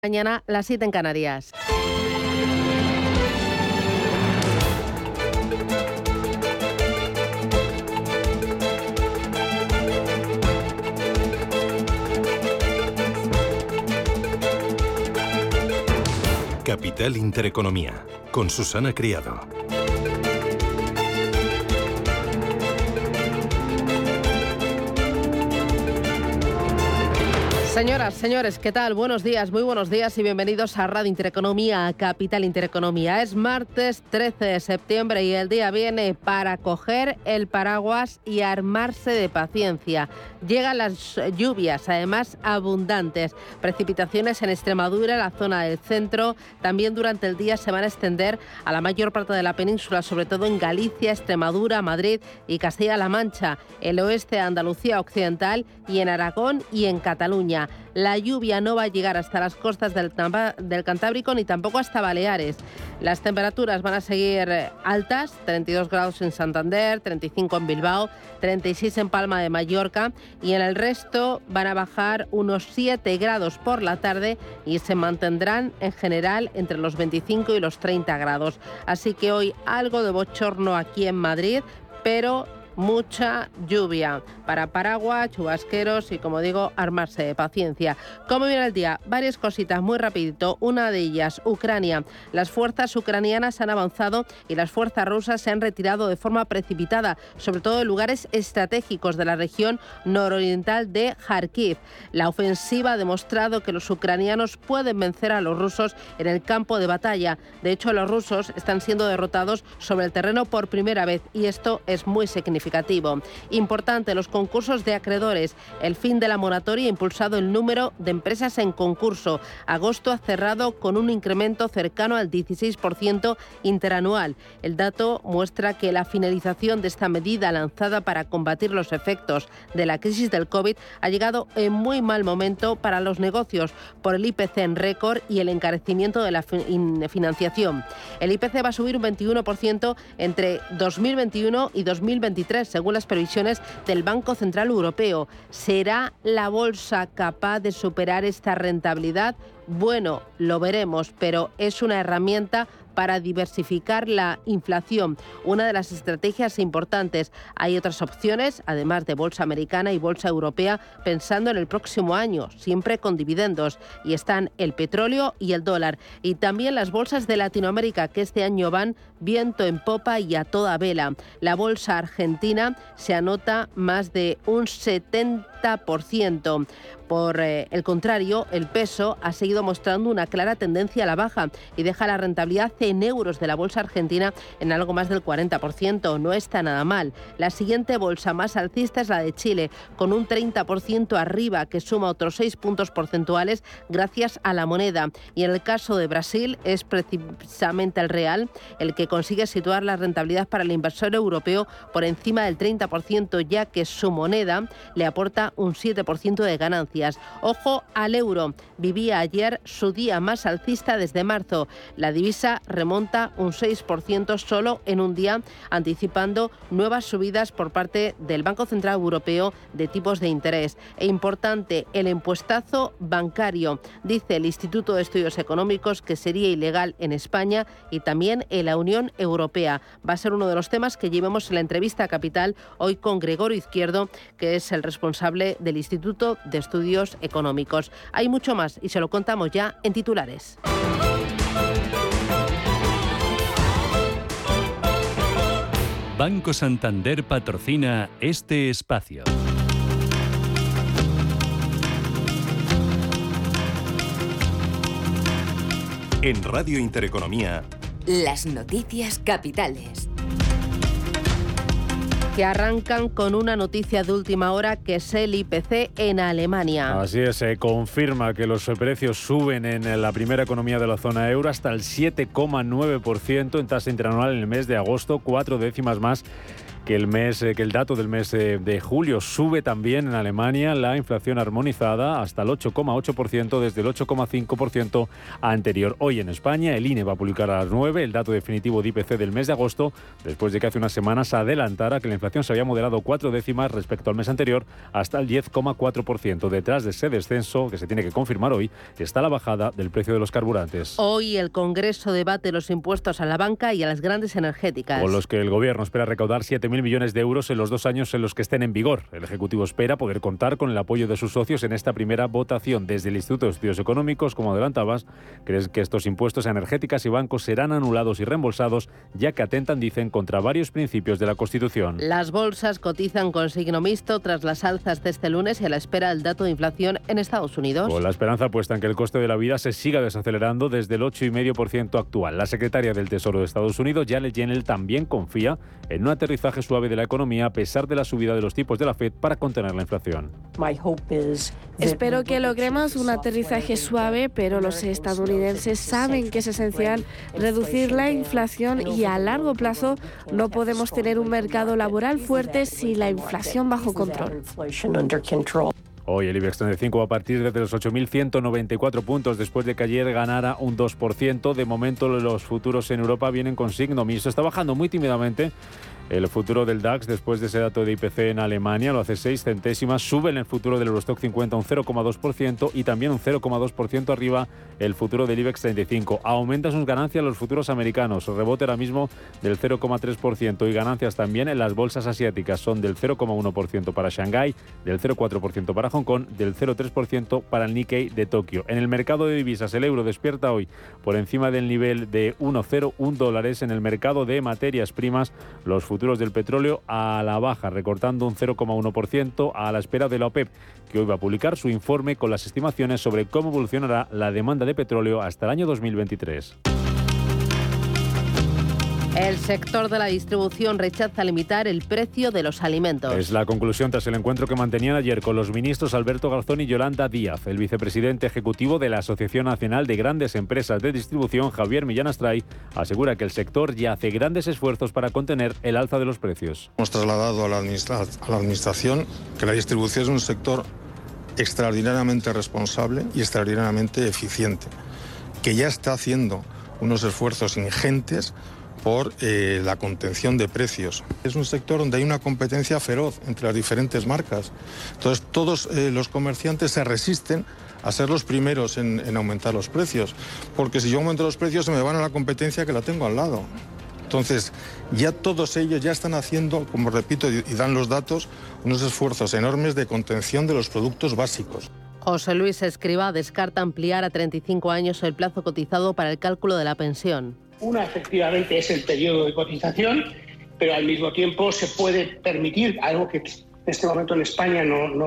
Mañana, las 7 en Canarias. Capital Intereconomía, con Susana Criado. Señoras, señores, ¿qué tal? Buenos días, muy buenos días y bienvenidos a Radio Intereconomía, a Capital Intereconomía. Es martes 13 de septiembre y el día viene para coger el paraguas y armarse de paciencia. Llegan las lluvias, además abundantes. Precipitaciones en Extremadura, la zona del centro. También durante el día se van a extender a la mayor parte de la península, sobre todo en Galicia, Extremadura, Madrid y Castilla-La Mancha, el oeste de Andalucía occidental y en Aragón y en Cataluña. La lluvia no va a llegar hasta las costas del Cantábrico ni tampoco hasta Baleares. Las temperaturas van a seguir altas, 32 grados en Santander, 35 en Bilbao, 36 en Palma de Mallorca y en el resto van a bajar unos 7 grados por la tarde y se mantendrán en general entre los 25 y los 30 grados. Así que hoy algo de bochorno aquí en Madrid, pero mucha lluvia para paraguas, chubasqueros y, como digo, armarse de paciencia. ¿Cómo viene el día? Varias cositas, muy rapidito. Una de ellas, Ucrania. Las fuerzas ucranianas han avanzado y las fuerzas rusas se han retirado de forma precipitada, sobre todo en lugares estratégicos de la región nororiental de Kharkiv. La ofensiva ha demostrado que los ucranianos pueden vencer a los rusos en el campo de batalla. De hecho, los rusos están siendo derrotados sobre el terreno por primera vez y esto es muy significativo. Importante, los concursos de acreedores. El fin de la moratoria ha impulsado el número de empresas en concurso. Agosto ha cerrado con un incremento cercano al 16% interanual. El dato muestra que la finalización de esta medida lanzada para combatir los efectos de la crisis del COVID ha llegado en muy mal momento para los negocios por el IPC en récord y el encarecimiento de la financiación. El IPC va a subir un 21% entre 2021 y 2023, según las previsiones del Banco Central Europeo. ¿Será la bolsa capaz de superar esta rentabilidad? Bueno, lo veremos, pero es una herramienta para diversificar la inflación, una de las estrategias importantes. Hay otras opciones, además de bolsa americana y bolsa europea, pensando en el próximo año, siempre con dividendos, y están el petróleo y el dólar. Y también las bolsas de Latinoamérica, que este año van viento en popa y a toda vela. La bolsa argentina se anota más de un 70%. Por el contrario, el peso ha seguido mostrando una clara tendencia a la baja y deja la rentabilidad en euros de la bolsa argentina en algo más del 40%. No está nada mal. La siguiente bolsa más alcista es la de Chile, con un 30% arriba, que suma otros 6 puntos porcentuales gracias a la moneda. Y en el caso de Brasil es precisamente el real el que consigue situar la rentabilidad para el inversor europeo por encima del 30%, ya que su moneda le aporta un 7% de ganancias. Ojo al euro. Vivía ayer su día más alcista desde marzo. La divisa remonta un 6% solo en un día, anticipando nuevas subidas por parte del Banco Central Europeo de tipos de interés. E importante, el impuestazo bancario. Dice el Instituto de Estudios Económicos que sería ilegal en España y también en la Unión Europea. Va a ser uno de los temas que llevemos en la entrevista a Capital hoy con Gregorio Izquierdo, que es el responsable del Instituto de Estudios Económicos. Hay mucho más y se lo contamos ya en titulares. Banco Santander patrocina este espacio. En Radio Intereconomía, las noticias capitales. Que arrancan con una noticia de última hora, que es el IPC en Alemania. Así es, se confirma que los precios suben en la primera economía de la zona euro hasta el 7,9% en tasa interanual en el mes de agosto, 4 décimas más que el dato del mes de julio sube también en Alemania la inflación armonizada hasta el 8,8% desde el 8,5% anterior. Hoy en España el INE va a publicar a las 9 el dato definitivo de IPC del mes de agosto, después de que hace unas semanas adelantara que la inflación se había moderado 4 décimas respecto al mes anterior hasta el 10,4%. Detrás de ese descenso, que se tiene que confirmar hoy, está la bajada del precio de los carburantes. Hoy el Congreso debate los impuestos a la banca y a las grandes energéticas, con los que el Gobierno espera recaudar 7.000 millones de euros en los 2 años en los que estén en vigor. El Ejecutivo espera poder contar con el apoyo de sus socios en esta primera votación. Desde el Instituto de Estudios Económicos, como adelantabas, creen que estos impuestos a energéticas y bancos serán anulados y reembolsados, ya que atentan, dicen, contra varios principios de la Constitución. Las bolsas cotizan con signo mixto tras las alzas de este lunes y a la espera del dato de inflación en Estados Unidos. Con la esperanza puesta en que el coste de la vida se siga desacelerando desde el 8,5% actual. La secretaria del Tesoro de Estados Unidos, Janet Yellen, también confía en un aterrizaje suave de la economía a pesar de la subida de los tipos de la Fed para contener la inflación. Espero que logremos un aterrizaje suave, pero los estadounidenses saben que es esencial reducir la inflación y a largo plazo no podemos tener un mercado laboral fuerte sin la inflación bajo control. Hoy el IBEX 35 va a partir desde los 8.194 puntos después de que ayer ganara un 2%. De momento los futuros en Europa vienen con signo mixto. Está bajando muy tímidamente el futuro del DAX después de ese dato de IPC en Alemania, lo hace 6 centésimas. Sube en el futuro del Eurostock 50 un 0,2% y también un 0,2% arriba el futuro del IBEX 35. Aumenta sus ganancias los futuros americanos, rebote ahora mismo del 0,3% y ganancias también en las bolsas asiáticas. Son del 0,1% para Shanghái, del 0,4% para Hong Kong, del 0,3% para el Nikkei de Tokio. En el mercado de divisas el euro despierta hoy por encima del nivel de 1,01 dólares. En el mercado de materias primas los futuros del petróleo a la baja, recortando un 0,1% a la espera de la OPEP, que hoy va a publicar su informe con las estimaciones sobre cómo evolucionará la demanda de petróleo hasta el año 2023. El sector de la distribución rechaza limitar el precio de los alimentos. Es la conclusión tras el encuentro que mantenían ayer con los ministros Alberto Garzón y Yolanda Díaz. El vicepresidente ejecutivo de la Asociación Nacional de Grandes Empresas de Distribución, Javier Millán Astray, asegura que el sector ya hace grandes esfuerzos para contener el alza de los precios. Hemos trasladado a la Administración que la distribución es un sector extraordinariamente responsable y extraordinariamente eficiente, que ya está haciendo unos esfuerzos ingentes por la contención de precios. Es un sector donde hay una competencia feroz entre las diferentes marcas. Entonces, todos los comerciantes se resisten a ser los primeros en aumentar los precios, porque si yo aumento los precios se me van a la competencia que la tengo al lado. Entonces, ya todos ellos ya están haciendo, como repito, y dan los datos, unos esfuerzos enormes de contención de los productos básicos. José Luis Escrivá descarta ampliar a 35 años el plazo cotizado para el cálculo de la pensión. Una, efectivamente, es el periodo de cotización, pero al mismo tiempo se puede permitir, algo que en este momento en España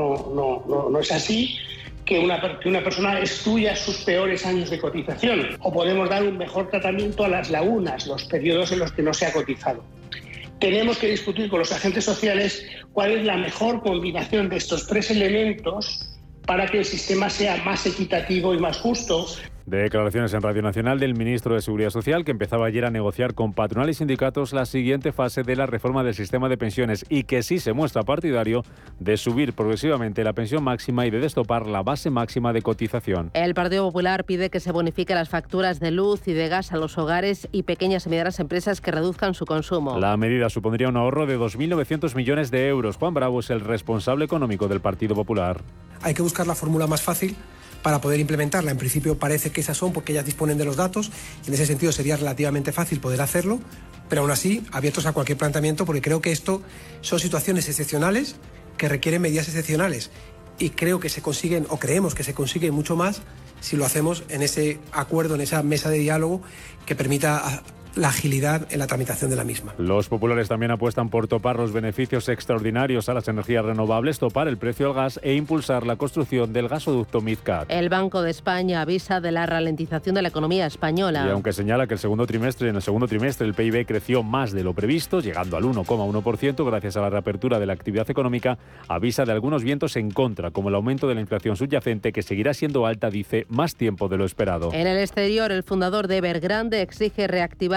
no es así, que una persona excluya sus peores años de cotización. O podemos dar un mejor tratamiento a las lagunas, los periodos en los que no se ha cotizado. Tenemos que discutir con los agentes sociales cuál es la mejor combinación de estos tres elementos para que el sistema sea más equitativo y más justo. Declaraciones en Radio Nacional del ministro de Seguridad Social, que empezaba ayer a negociar con patronal y sindicatos la siguiente fase de la reforma del sistema de pensiones y que sí se muestra partidario de subir progresivamente la pensión máxima y de destopar la base máxima de cotización. El Partido Popular pide que se bonifiquen las facturas de luz y de gas a los hogares y pequeñas y medianas empresas que reduzcan su consumo. La medida supondría un ahorro de 2.900 millones de euros. Juan Bravo es el responsable económico del Partido Popular. Hay que buscar la fórmula más fácil para poder implementarla. En principio parece que esas son porque ellas disponen de los datos y en ese sentido sería relativamente fácil poder hacerlo, pero aún así abiertos a cualquier planteamiento porque creo que esto son situaciones excepcionales que requieren medidas excepcionales y creo que se consiguen o creemos que se consigue mucho más si lo hacemos en ese acuerdo, en esa mesa de diálogo que permita la agilidad en la tramitación de la misma. Los populares también apuestan por topar los beneficios extraordinarios a las energías renovables, topar el precio del gas e impulsar la construcción del gasoducto MidCat. El Banco de España avisa de la ralentización de la economía española. Y aunque señala que en el segundo trimestre el PIB creció más de lo previsto, llegando al 1,1% gracias a la reapertura de la actividad económica, avisa de algunos vientos en contra, como el aumento de la inflación subyacente, que seguirá siendo alta, dice, más tiempo de lo esperado. En el exterior, el fundador de Evergrande exige reactivar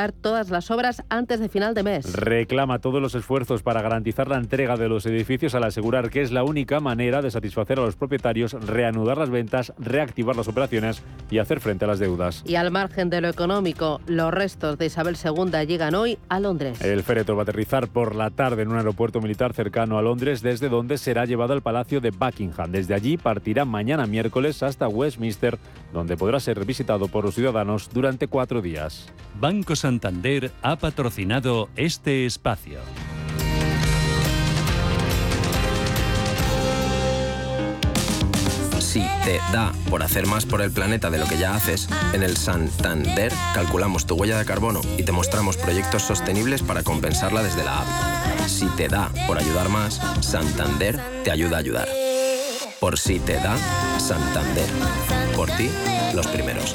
finalizar todas las obras antes de final de mes. Reclama todos los esfuerzos para garantizar la entrega de los edificios al asegurar que es la única manera de satisfacer a los propietarios, reanudar las ventas, reactivar las operaciones y hacer frente a las deudas. Y al margen de lo económico, los restos de Isabel II llegan hoy a Londres. El féretro va a aterrizar por la tarde en un aeropuerto militar cercano a Londres, desde donde será llevado al Palacio de Buckingham. Desde allí partirá mañana miércoles hasta Westminster, donde podrá ser visitado por los ciudadanos durante 4 días. Banco Santander ha patrocinado este espacio. Si te da por hacer más por el planeta de lo que ya haces, en el Santander calculamos tu huella de carbono y te mostramos proyectos sostenibles para compensarla desde la app. Si te da por ayudar más, Santander te ayuda a ayudar. Por si te da, Santander. Por ti, los primeros.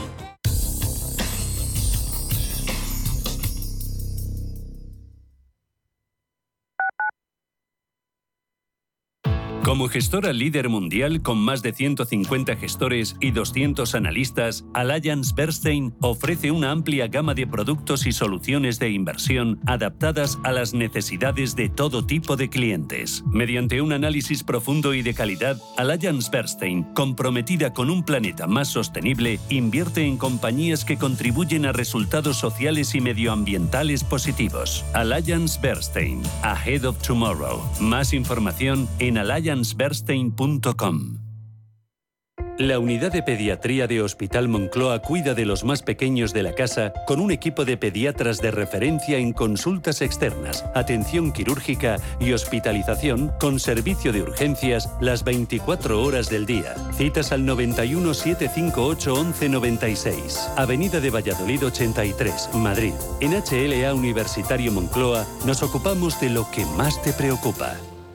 Como gestora líder mundial con más de 150 gestores y 200 analistas, AllianceBernstein ofrece una amplia gama de productos y soluciones de inversión adaptadas a las necesidades de todo tipo de clientes. Mediante un análisis profundo y de calidad, AllianceBernstein, comprometida con un planeta más sostenible, invierte en compañías que contribuyen a resultados sociales y medioambientales positivos. AllianceBernstein, Ahead of Tomorrow. Más información en alliancebernstein.com. La unidad de pediatría de Hospital Moncloa cuida de los más pequeños de la casa con un equipo de pediatras de referencia en consultas externas, atención quirúrgica y hospitalización con servicio de urgencias las 24 horas del día. Citas al 91 758 1196, Avenida de Valladolid 83, Madrid. En HLA Universitario Moncloa nos ocupamos de lo que más te preocupa.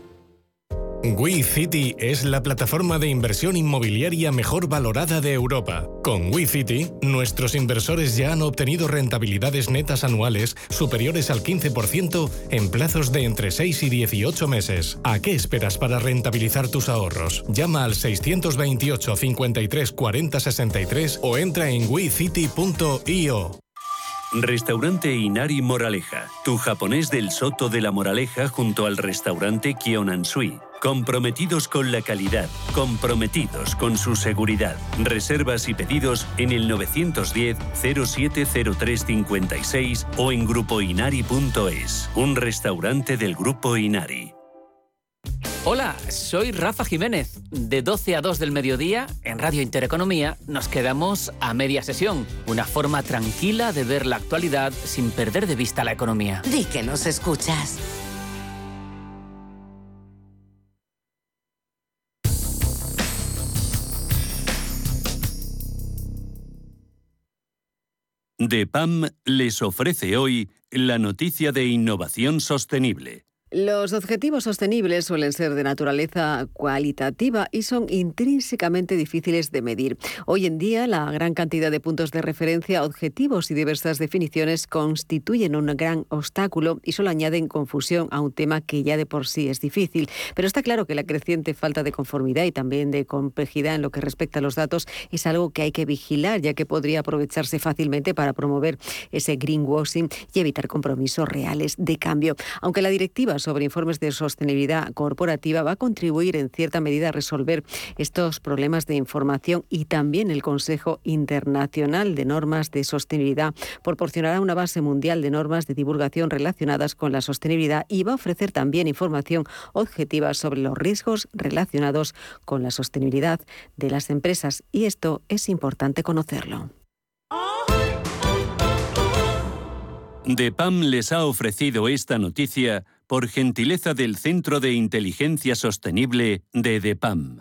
WeCity es la plataforma de inversión inmobiliaria mejor valorada de Europa. Con WeCity, nuestros inversores ya han obtenido rentabilidades netas anuales superiores al 15% en plazos de entre 6 y 18 meses. ¿A qué esperas para rentabilizar tus ahorros? Llama al 628 53 40 63 o entra en wecity.io. Restaurante Inari Moraleja, tu japonés del Soto de la Moraleja junto al restaurante Kyonansui. Comprometidos con la calidad, comprometidos con su seguridad. Reservas y pedidos en el 910-070356 o en grupoinari.es. Un restaurante del Grupo Inari. Hola, soy Rafa Jiménez. De 12 a 2 del mediodía, en Radio Intereconomía, nos quedamos a media sesión. Una forma tranquila de ver la actualidad sin perder de vista la economía. Di que nos escuchas. DEPAM les ofrece hoy la noticia de innovación sostenible. Los objetivos sostenibles suelen ser de naturaleza cualitativa y son intrínsecamente difíciles de medir. Hoy en día, la gran cantidad de puntos de referencia, objetivos y diversas definiciones constituyen un gran obstáculo y solo añaden confusión a un tema que ya de por sí es difícil. Pero está claro que la creciente falta de conformidad y también de complejidad en lo que respecta a los datos es algo que hay que vigilar, ya que podría aprovecharse fácilmente para promover ese greenwashing y evitar compromisos reales de cambio. Aunque la directiva sobre informes de sostenibilidad corporativa va a contribuir en cierta medida a resolver estos problemas de información, y también el Consejo Internacional de Normas de Sostenibilidad proporcionará una base mundial de normas de divulgación relacionadas con la sostenibilidad y va a ofrecer también información objetiva sobre los riesgos relacionados con la sostenibilidad de las empresas, y esto es importante conocerlo. DEPAM les ha ofrecido esta noticia por gentileza del Centro de Inteligencia Sostenible de DEPAM.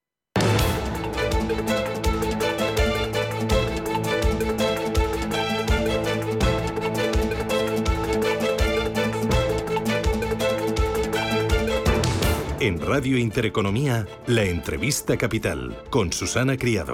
En Radio Intereconomía, la entrevista capital con Susana Criado.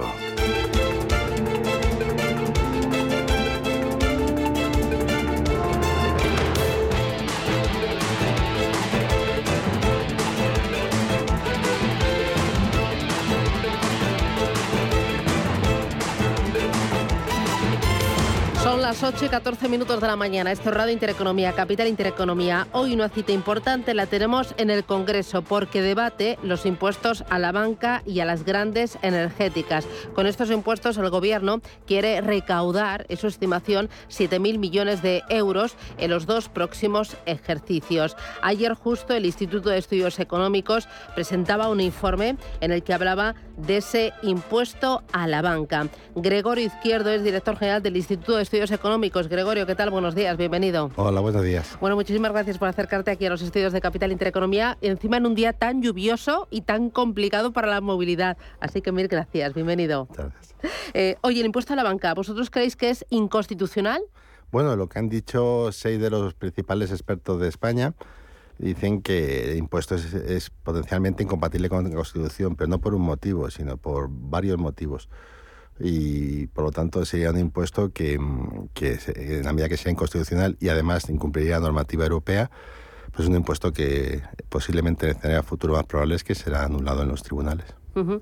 Son las 8:14 de la mañana. Esto es Radio Intereconomía, Capital Intereconomía. Hoy una cita importante la tenemos en el Congreso porque debate los impuestos a la banca y a las grandes energéticas. Con estos impuestos el Gobierno quiere recaudar, es su estimación, 7.000 millones de euros en los 2 próximos ejercicios. Ayer justo el Instituto de Estudios Económicos presentaba un informe en el que hablaba de ese impuesto a la banca. Gregorio Izquierdo es director general del Instituto de Estudios Económicos. Gregorio, ¿qué tal? Buenos días, bienvenido. Hola, buenos días. Bueno, muchísimas gracias por acercarte aquí a los estudios de Capital Intereconomía, encima en un día tan lluvioso y tan complicado para la movilidad. Así que mil gracias, bienvenido. Gracias. Oye, el impuesto a la banca, ¿vosotros creéis que es inconstitucional? Bueno, lo que han dicho 6 de los principales expertos de España dicen que el impuesto es potencialmente incompatible con la Constitución, pero no por un motivo, sino por varios motivos. Y por lo tanto sería un impuesto que en la medida que sea inconstitucional y además incumpliría la normativa europea, pues es un impuesto que posiblemente en el escenario futuro más probable es que será anulado en los tribunales. Uh-huh.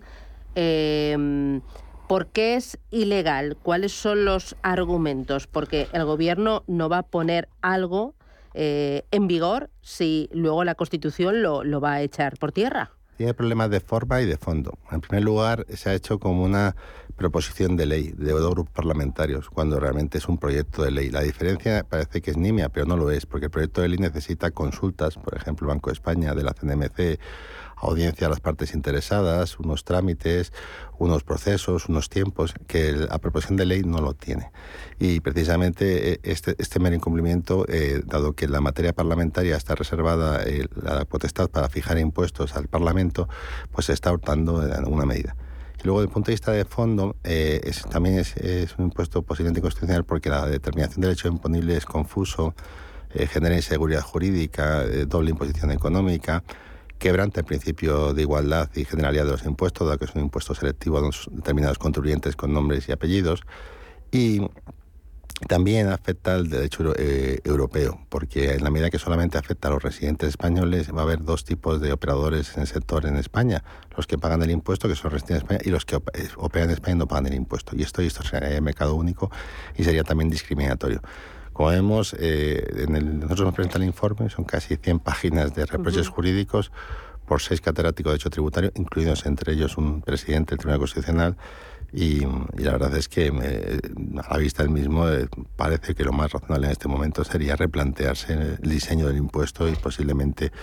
¿Por qué es ilegal? ¿Cuáles son los argumentos? Porque el Gobierno no va a poner algo en vigor si luego la Constitución lo va a echar por tierra. Tiene problemas de forma y de fondo. En primer lugar, se ha hecho como una proposición de ley de 2 grupos parlamentarios, cuando realmente es un proyecto de ley. La diferencia parece que es nimia, pero no lo es, porque el proyecto de ley necesita consultas, por ejemplo, el Banco de España, de la CNMC, audiencia a las partes interesadas, unos trámites, unos procesos, unos tiempos, que la proposición de ley no lo tiene. Y precisamente este mero incumplimiento, dado que la materia parlamentaria está reservada la potestad para fijar impuestos al Parlamento, pues se está hurtando en alguna medida. Y luego, desde el punto de vista de fondo, también es un impuesto posiblemente inconstitucional porque la determinación del hecho imponible es confuso, genera inseguridad jurídica, doble imposición económica, quebranta el principio de igualdad y generalidad de los impuestos, dado que es un impuesto selectivo a los determinados contribuyentes con nombres y apellidos, y también afecta al derecho europeo, porque en la medida que solamente afecta a los residentes españoles, va a haber 2 tipos de operadores en el sector en España: los que pagan el impuesto, que son residentes en España, y los que operan en España y no pagan el impuesto. Y esto sería el mercado único y sería también discriminatorio. Como vemos, nosotros hemos presentado el informe, son casi 100 páginas de reproches jurídicos por 6 catedráticos de derecho tributario, incluidos entre ellos un presidente del Tribunal Constitucional, y la verdad es que a la vista del mismo parece que lo más razonable en este momento sería replantearse el diseño del impuesto y posiblemente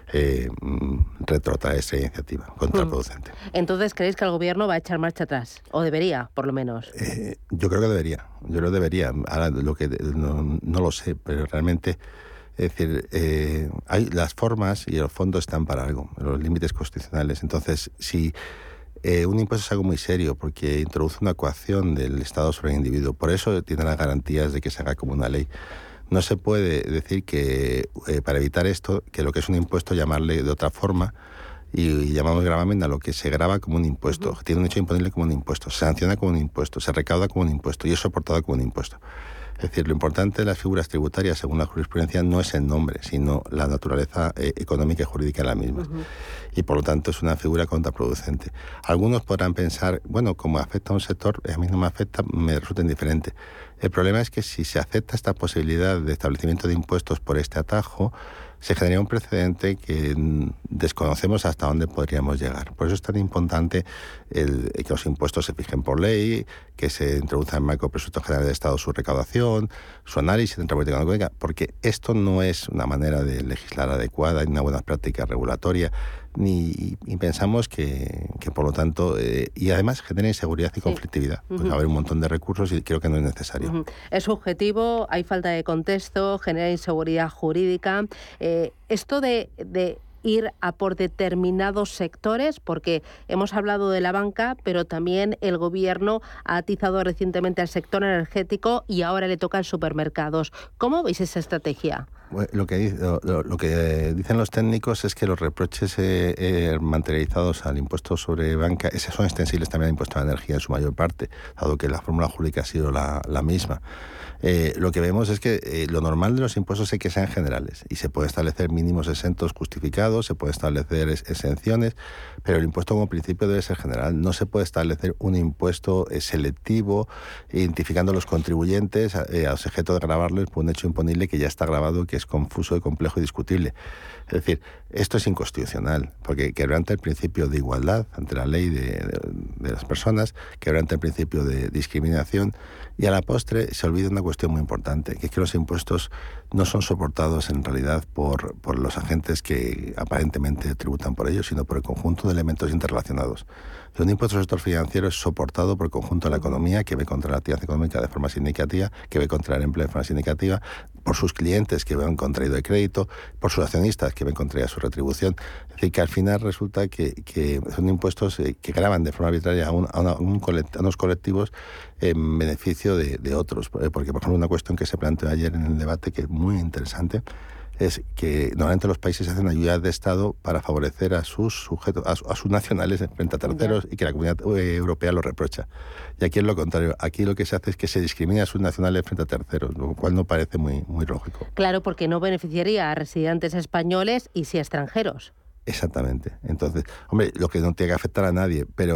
retrotraer esta iniciativa contraproducente. Entonces, ¿creéis que el Gobierno va a echar marcha atrás? ¿O debería, por lo menos? Yo creo que debería. Ahora, no lo sé, pero realmente, es decir, hay las formas y los fondos están para algo, los límites constitucionales. Entonces, si un impuesto es algo muy serio porque introduce una coacción del Estado sobre el individuo, por eso tiene las garantías de que se haga como una ley. No se puede decir que, para evitar esto, que lo que es un impuesto llamarle de otra forma, y llamamos gravamen a lo que se grava como un impuesto. Tiene un hecho imponible como un impuesto, se sanciona como un impuesto, se recauda como un impuesto y es soportado como un impuesto. Es decir, lo importante de las figuras tributarias, según la jurisprudencia, no es el nombre, sino la naturaleza económica y jurídica de la misma. Y por lo tanto es una figura contraproducente. Algunos podrán pensar, bueno, como afecta a un sector, a mí no me afecta, me resulta indiferente. El problema es que si se acepta esta posibilidad de establecimiento de impuestos por este atajo, se generaría un precedente que desconocemos hasta dónde podríamos llegar. Por eso es tan importante que los impuestos se fijen por ley, que se introduzca en el marco del presupuesto general del Estado su recaudación, su análisis de política económica, porque esto no es una manera de legislar adecuada, ni una buena práctica regulatoria, y pensamos que por lo tanto, y además genera inseguridad y conflictividad. Pues va a haber un montón de recursos y creo que no es necesario. Es subjetivo, hay falta de contexto, genera inseguridad jurídica. Esto de ir a por determinados sectores, porque hemos hablado de la banca, pero también el Gobierno ha atizado recientemente al sector energético y ahora le toca a supermercados. ¿Cómo veis esa estrategia? lo que dicen los técnicos es que los reproches materializados al impuesto sobre banca, esos son extensibles también al impuesto a la energía en su mayor parte, dado que la fórmula jurídica ha sido la misma. Lo que vemos es que lo normal de los impuestos es que sean generales y se puede establecer mínimos exentos justificados, se puede establecer exenciones, pero el impuesto como principio debe ser general. No se puede establecer un impuesto selectivo, identificando a los contribuyentes a los objetos de gravarles por un hecho imponible que ya está grabado, que es confuso, complejo y discutible. Es decir, esto es inconstitucional, porque quebranta el principio de igualdad ante la ley de las personas, quebranta el principio de discriminación, y a la postre se olvida una cuestión muy importante, que es que los impuestos no son soportados en realidad por los agentes que aparentemente tributan por ellos, sino por el conjunto de elementos interrelacionados. Un impuesto al sector financiero es soportado por el conjunto de la economía, que ve contra la actividad económica de forma significativa, que ve contra el empleo de forma significativa, por sus clientes que ven contraído el crédito, por sus accionistas que ven contraída su retribución. Es decir, que al final resulta que son impuestos que gravan de forma arbitraria a unos colectivos en beneficio de otros. Porque, por ejemplo, una cuestión que se planteó ayer en el debate, que es muy interesante, es que normalmente los países hacen ayudas de Estado para favorecer a sus sujetos, a sus nacionales frente a terceros, y que la Comunidad Europea lo reprocha. Y aquí es lo contrario. Aquí lo que se hace es que se discrimina a sus nacionales frente a terceros, lo cual no parece muy lógico. Claro, porque no beneficiaría a residentes españoles y sí a extranjeros. Exactamente. Entonces, hombre, lo que no tiene que afectar a nadie, pero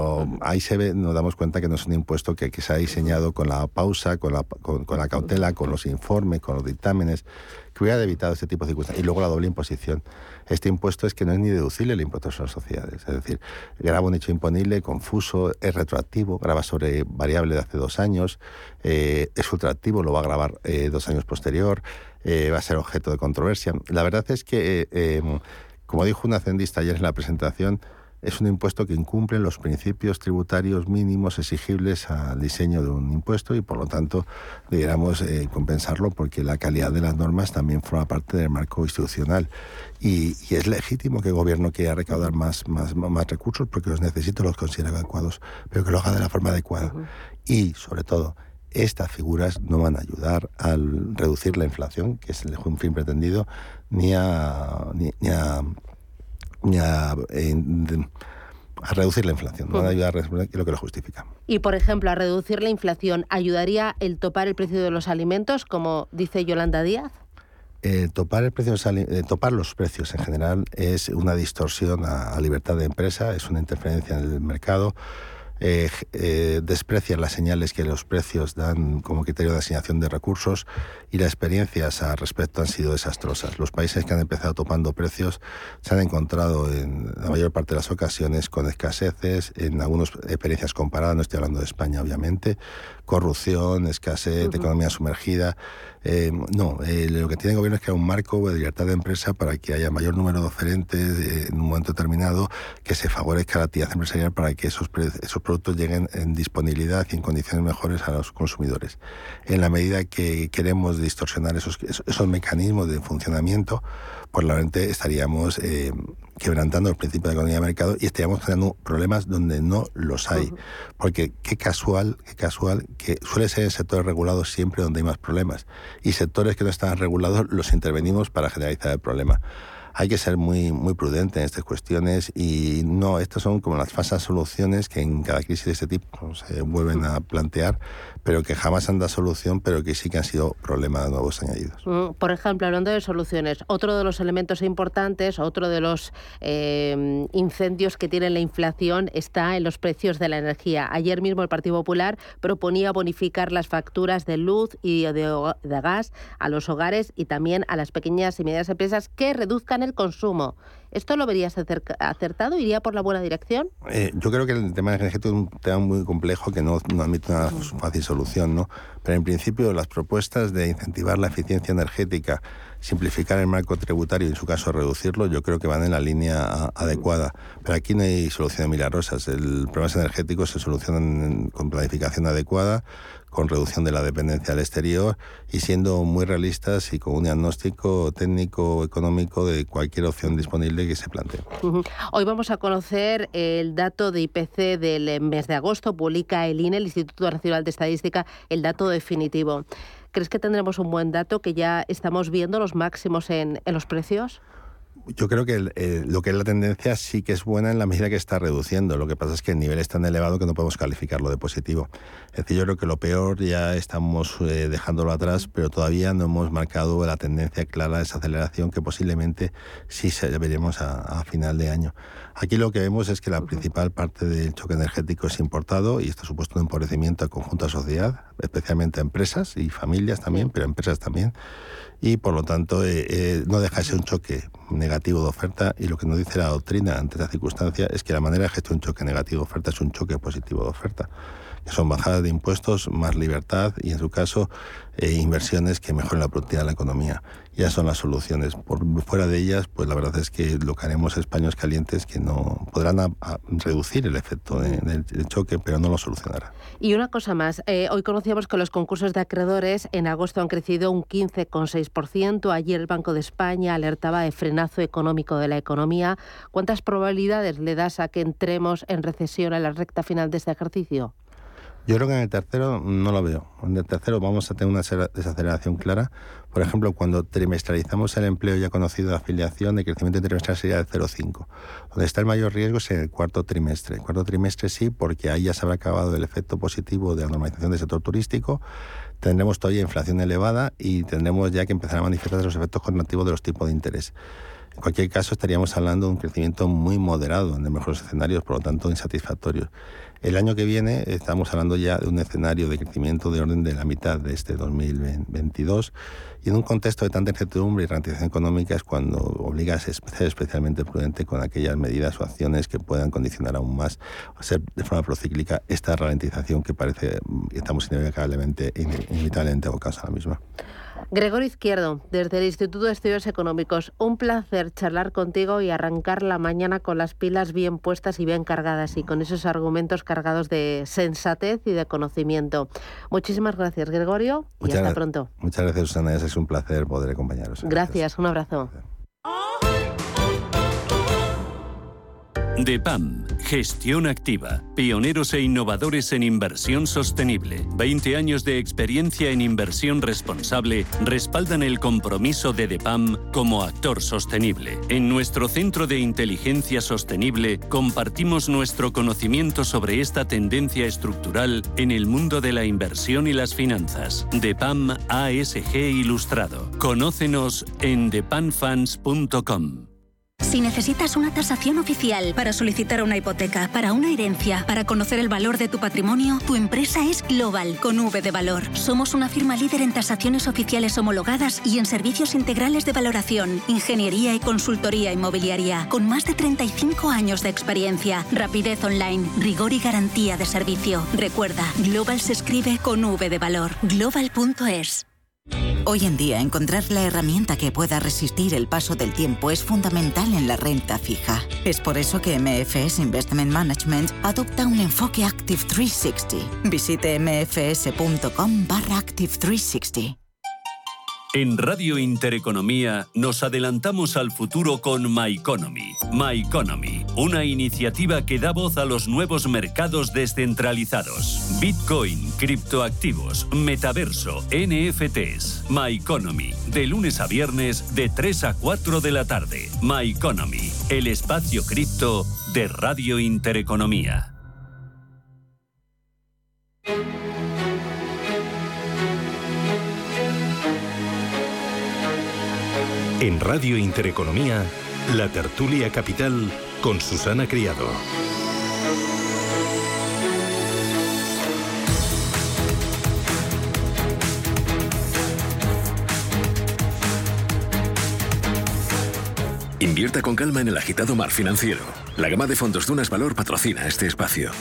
ahí nos damos cuenta que no es un impuesto que se ha diseñado con la pausa, con la cautela, con los informes, con los dictámenes, que hubiera evitado este tipo de circunstancias. Y luego la doble imposición. Este impuesto es que no es ni deducible el impuesto sobre las sociedades. Es decir, grava un hecho imponible, confuso, es retroactivo, grava sobre variable de hace 2 años, es ultraactivo, lo va a gravar 2 años posterior, va a ser objeto de controversia. La verdad es que como dijo un hacendista ayer en la presentación, es un impuesto que incumple los principios tributarios mínimos exigibles al diseño de un impuesto y, por lo tanto, deberíamos compensarlo porque la calidad de las normas también forma parte del marco institucional. Y es legítimo que el Gobierno quiera recaudar más recursos porque los necesita, los considera adecuados, pero que lo haga de la forma adecuada. Y, sobre todo, estas figuras no van a ayudar a reducir la inflación, que es un fin pretendido, ni a reducir la inflación, no van a ayudar a resolver lo que lo justifica. Y, por ejemplo, a reducir la inflación, ¿ayudaría el topar el precio de los alimentos, como dice Yolanda Díaz? Topar los precios en general es una distorsión a libertad de empresa, es una interferencia en el mercado. Desprecia las señales que los precios dan como criterio de asignación de recursos, y las experiencias al respecto han sido desastrosas. Los países que han empezado topando precios se han encontrado en la mayor parte de las ocasiones con escaseces, en algunas experiencias comparadas, no estoy hablando de España obviamente, corrupción, escasez, economía sumergida. Lo que tiene el Gobierno es crear un marco de libertad de empresa para que haya mayor número de oferentes en un momento determinado, que se favorezca la actividad empresarial para que esos productos lleguen en disponibilidad y en condiciones mejores a los consumidores. En la medida que queremos distorsionar esos mecanismos de funcionamiento, pues realmente estaríamos quebrantando los principios de economía de mercado y estaríamos generando problemas donde no los hay. Porque qué casual que suele ser en sectores regulados siempre donde hay más problemas, y sectores que no están regulados los intervenimos para generalizar el problema. Hay que ser muy prudente en estas cuestiones, y estas son como las falsas soluciones que en cada crisis de este tipo se vuelven a plantear, pero que jamás han dado solución, pero que sí que han sido problemas nuevos añadidos. Por ejemplo, hablando de soluciones, otro de los elementos importantes, otro de los incendios que tiene la inflación está en los precios de la energía. Ayer mismo el Partido Popular proponía bonificar las facturas de luz y de gas a los hogares y también a las pequeñas y medianas empresas que reduzcan el consumo. ¿Esto lo verías acertado? ¿Iría por la buena dirección? Yo creo que el tema energético es un tema muy complejo que no admite una fácil solución, ¿no? Pero en principio las propuestas de incentivar la eficiencia energética, simplificar el marco tributario y en su caso reducirlo, yo creo que van en la línea adecuada. Pero aquí no hay soluciones milagrosas. Los problemas energéticos se solucionan con planificación adecuada, con reducción de la dependencia al exterior y siendo muy realistas y con un diagnóstico técnico económico de cualquier opción disponible que se plantee. Hoy vamos a conocer el dato de IPC del mes de agosto. Publica el INE, el Instituto Nacional de Estadística, el dato definitivo. ¿Crees que tendremos un buen dato, que ya estamos viendo los máximos en los precios? Yo creo que lo que es la tendencia sí que es buena en la medida que está reduciendo. Lo que pasa es que el nivel es tan elevado que no podemos calificarlo de positivo. Es decir, yo creo que lo peor ya estamos dejándolo atrás, pero todavía no hemos marcado la tendencia clara de esa aceleración que posiblemente sí veremos a final de año. Aquí lo que vemos es que la principal parte del choque energético es importado y esto ha supuesto un empobrecimiento al conjunto de la sociedad, especialmente a empresas y familias también, pero a empresas también. Y por lo tanto no deja de ser un choque negativo de oferta, y lo que nos dice la doctrina ante esta circunstancia es que la manera de gestionar un choque negativo de oferta es un choque positivo de oferta, que son bajadas de impuestos, más libertad y en su caso inversiones que mejoren la productividad de la economía. Ya son las soluciones. Por fuera de ellas, pues la verdad es que lo que haremos es paños calientes que no podrán reducir el efecto del choque, pero no lo solucionará. Y una cosa más, hoy conocíamos que los concursos de acreedores en agosto han crecido un 15,6%. Ayer el Banco de España alertaba de frenazo económico de la economía. ¿Cuántas probabilidades le das a que entremos en recesión en la recta final de este ejercicio? Yo creo que en el tercero no lo veo. En el tercero vamos a tener una desaceleración clara. Por ejemplo, cuando trimestralizamos el empleo ya conocido de afiliación, el crecimiento trimestral sería de 0,5. Donde está el mayor riesgo es en el cuarto trimestre. El cuarto trimestre sí, porque ahí ya se habrá acabado el efecto positivo de la normalización del sector turístico. Tendremos todavía inflación elevada y tendremos ya que empezar a manifestarse los efectos correlativos de los tipos de interés. En cualquier caso, estaríamos hablando de un crecimiento muy moderado en el mejor de los escenarios, por lo tanto insatisfactorio. El año que viene estamos hablando ya de un escenario de crecimiento de orden de la mitad de este 2022, y en un contexto de tanta incertidumbre y ralentización económica es cuando obliga a ser especialmente prudente con aquellas medidas o acciones que puedan condicionar aún más, o ser de forma procíclica, esta ralentización que parece que estamos inevitablemente abocados a la misma. Gregorio Izquierdo, desde el Instituto de Estudios Económicos, un placer charlar contigo y arrancar la mañana con las pilas bien puestas y bien cargadas, y con esos argumentos cargados de sensatez y de conocimiento. Muchísimas gracias, Gregorio, y hasta pronto. Muchas gracias, Susana, es un placer poder acompañaros. Gracias, un abrazo. DEPAM, gestión activa, pioneros e innovadores en inversión sostenible. 20 años de experiencia en inversión responsable respaldan el compromiso de DEPAM como actor sostenible. En nuestro Centro de Inteligencia Sostenible compartimos nuestro conocimiento sobre esta tendencia estructural en el mundo de la inversión y las finanzas. DEPAM ASG Ilustrado. Conócenos en depamfunds.com. Si necesitas una tasación oficial para solicitar una hipoteca, para una herencia, para conocer el valor de tu patrimonio, tu empresa es Global, con V de valor. Somos una firma líder en tasaciones oficiales homologadas y en servicios integrales de valoración, ingeniería y consultoría inmobiliaria, con más de 35 años de experiencia, rapidez online, rigor y garantía de servicio. Recuerda, Global se escribe con V de valor. Global.es. Hoy en día, encontrar la herramienta que pueda resistir el paso del tiempo es fundamental en la renta fija. Es por eso que MFS Investment Management adopta un enfoque Active 360. Visite mfs.com/Active 360. En Radio Intereconomía nos adelantamos al futuro con MyEconomy. MyEconomy, una iniciativa que da voz a los nuevos mercados descentralizados. Bitcoin, criptoactivos, metaverso, NFTs. MyEconomy, de lunes a viernes de 3 a 4 de la tarde. MyEconomy, el espacio cripto de Radio Intereconomía. En Radio Intereconomía, la tertulia capital con Susana Criado. Invierta con calma en el agitado mar financiero. La gama de fondos Dunas Valor patrocina este espacio.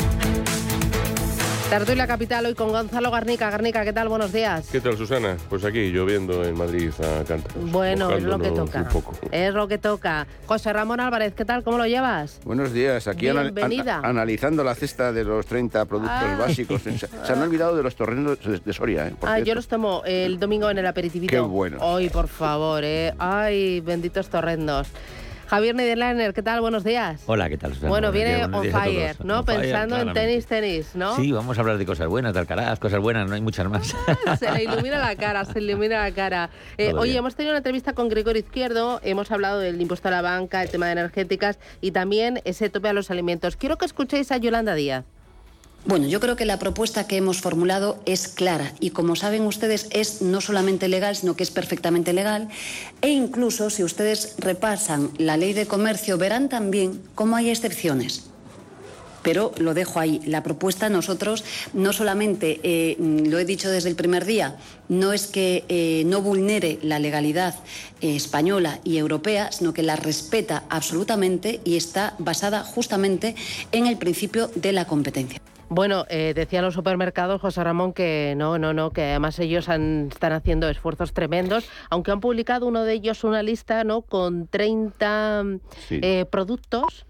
Tertulia Capital hoy con Gonzalo Garnica. Garnica, ¿qué tal? Buenos días. ¿Qué tal, Susana? Pues aquí, lloviendo en Madrid a cántaros. Bueno, es lo que toca. Es lo que toca. José Ramón Álvarez, ¿qué tal? ¿Cómo lo llevas? Buenos días. Aquí analizando la cesta de los 30 productos básicos. Se han olvidado de los torrendos de Soria, yo los tomo el domingo en el aperitivito. Qué bueno. Ay, por favor, Ay, benditos torrendos. Javier Niederlechner, ¿qué tal? Buenos días. Hola, ¿qué tal, Susana? Bueno, viene on fire, ¿no? Pensando en tenis, ¿no? Sí, vamos a hablar de cosas buenas, de Alcaraz, cosas buenas, no hay muchas más. Se le ilumina la cara, Oye, hemos tenido una entrevista con Gregorio Izquierdo, hemos hablado del impuesto a la banca, el tema de energéticas y también ese tope a los alimentos. Quiero que escuchéis a Yolanda Díaz. Bueno, yo creo que la propuesta que hemos formulado es clara y, como saben ustedes, es no solamente legal, sino que es perfectamente legal. E incluso, si ustedes repasan la Ley de Comercio, verán también cómo hay excepciones. Pero lo dejo ahí. La propuesta, nosotros no solamente, lo he dicho desde el primer día, no es que no vulnere la legalidad española y europea, sino que la respeta absolutamente y está basada justamente en el principio de la competencia. Bueno, decían los supermercados, José Ramón, que no, que además ellos están haciendo esfuerzos tremendos, aunque han publicado uno de ellos una lista, ¿no?, con 30 productos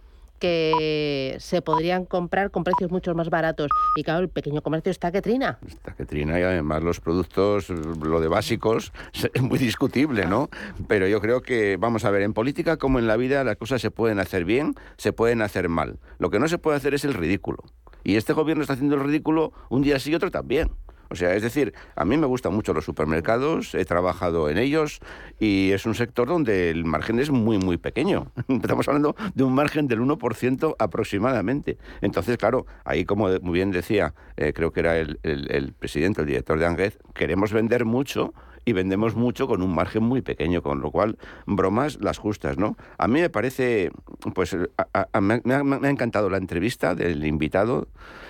que se podrían comprar con precios mucho más baratos. Y claro, el pequeño comercio está que trina. Está que trina y además los productos, lo de básicos, es muy discutible, ¿no? Pero yo creo que, vamos a ver, en política como en la vida las cosas se pueden hacer bien, se pueden hacer mal. Lo que no se puede hacer es el ridículo. Y este gobierno está haciendo el ridículo un día sí y otro también. O sea, es decir, a mí me gustan mucho los supermercados, he trabajado en ellos y es un sector donde el margen es muy, muy pequeño. Estamos hablando de un margen del 1% aproximadamente. Entonces, claro, ahí, como muy bien decía, creo que era el presidente, el director de ANGEZ, queremos vender mucho y vendemos mucho con un margen muy pequeño, con lo cual, bromas las justas, ¿no? A mí me parece, pues, me ha encantado la entrevista del invitado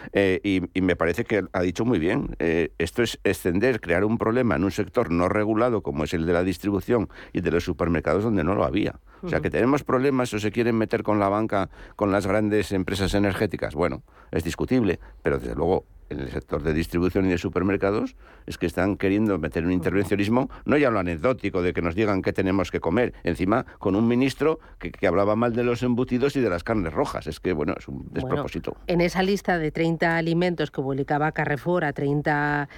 y me parece que ha dicho muy bien. Esto es extender, crear un problema en un sector no regulado como es el de la distribución y de los supermercados donde no lo había. O sea, que tenemos problemas o se quieren meter con la banca, con las grandes empresas energéticas. Bueno, es discutible, pero desde luego en el sector de distribución y de supermercados es que están queriendo meter un intervencionismo, no ya lo anecdótico de que nos digan qué tenemos que comer, encima con un ministro que hablaba mal de los embutidos y de las carnes rojas. Es que, bueno, es un despropósito. Bueno, en esa lista de 30 alimentos que publicaba Carrefour a 30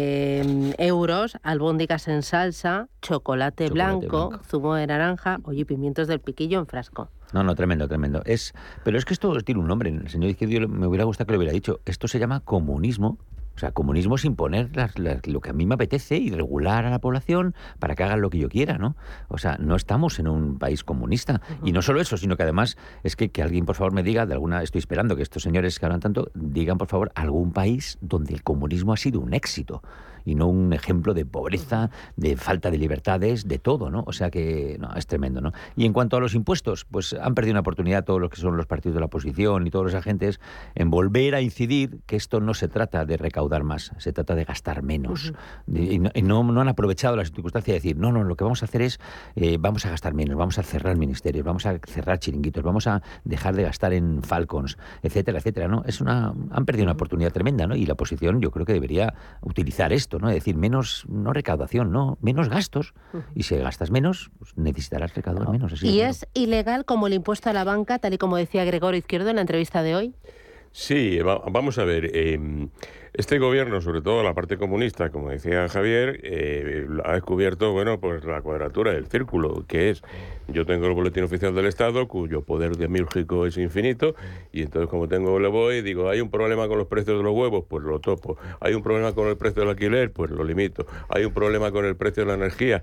euros, albóndigas en salsa, chocolate blanco, zumo de naranja, pimientos del piquillo en frasco. No, tremendo. Pero es que esto tiene un nombre. El señor Izquierdo me hubiera gustado que lo hubiera dicho. Esto se llama comunismo. O sea, comunismo es imponer lo que a mí me apetece y regular a la población para que hagan lo que yo quiera, ¿no? O sea, no estamos en un país comunista. Y no solo eso, sino que además es que alguien, por favor, me diga, estoy esperando que estos señores que hablan tanto, digan, por favor, algún país donde el comunismo ha sido un éxito y no un ejemplo de pobreza, de falta de libertades, de todo, ¿no? O sea que, no, es tremendo, ¿no? Y en cuanto a los impuestos, pues han perdido una oportunidad todos los que son los partidos de la oposición y todos los agentes en volver a incidir que esto no se trata de recaudar más, se trata de gastar menos. Y no han aprovechado la circunstancia de decir, no, lo que vamos a hacer es, vamos a gastar menos, vamos a cerrar ministerios, vamos a cerrar chiringuitos, vamos a dejar de gastar en Falcons, etcétera, etcétera, ¿no? Han perdido una oportunidad tremenda, ¿no? Y la oposición yo creo que debería utilizar esto, ¿no? Es decir, menos, no recaudación, no, menos gastos. Y si gastas menos, pues necesitarás recaudar menos. Así ¿Y es ilegal como el impuesto a la banca, tal y como decía Gregorio Izquierdo en la entrevista de hoy? Sí, vamos a ver. Este gobierno, sobre todo la parte comunista, como decía Javier, ha descubierto, pues la cuadratura del círculo, que es, yo tengo el boletín oficial del Estado, cuyo poder demiúrgico es infinito, y entonces como le voy, digo, hay un problema con los precios de los huevos, pues lo topo. Hay un problema con el precio del alquiler, pues lo limito. Hay un problema con el precio de la energía,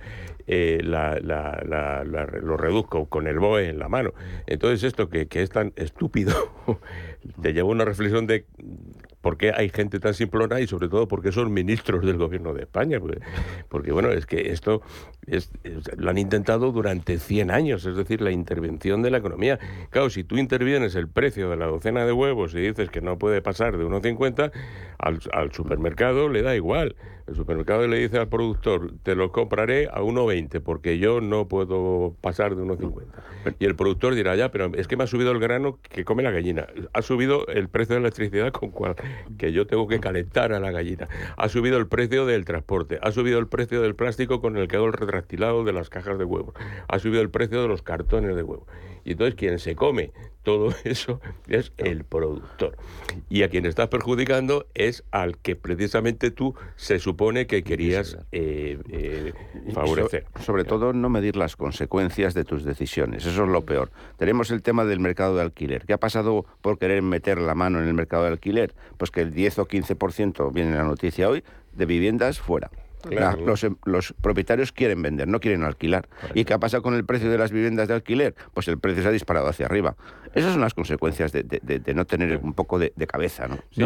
lo reduzco con el BOE en la mano. Entonces esto que es tan estúpido, te lleva a una reflexión de por qué hay gente tan simplona y sobre todo por qué son ministros del gobierno de España. Porque es que esto lo han intentado durante 100 años, es decir, la intervención de la economía. Claro, si tú intervienes el precio de la docena de huevos y dices que no puede pasar de 1,50, al supermercado le da igual. El supermercado le dice al productor, te lo compraré a 1,20 porque yo no puedo pasar de 1,50. Y el productor dirá, ya, pero es que me ha subido el grano que come la gallina. Ha subido el precio de la electricidad con que yo tengo que calentar a la gallina. Ha subido el precio del transporte, ha subido el precio del plástico con el que hago el retractilado de las cajas de huevos, ha subido el precio de los cartones de huevo. Y entonces quien se come todo eso es el productor. Y a quien estás perjudicando es al que precisamente tú se supone que querías favorecer. Sobre todo no medir las consecuencias de tus decisiones. Eso es lo peor. Tenemos el tema del mercado de alquiler. ¿Qué ha pasado por querer meter la mano en el mercado de alquiler? Pues que el 10 o 15%, viene la noticia hoy, de viviendas fuera. Claro. Los propietarios quieren vender, no quieren alquilar. Correcto. ¿Y qué ha pasado con el precio de las viviendas de alquiler? Pues el precio se ha disparado hacia arriba. Esas son las consecuencias de no tener un poco de cabeza, ¿no? Sí,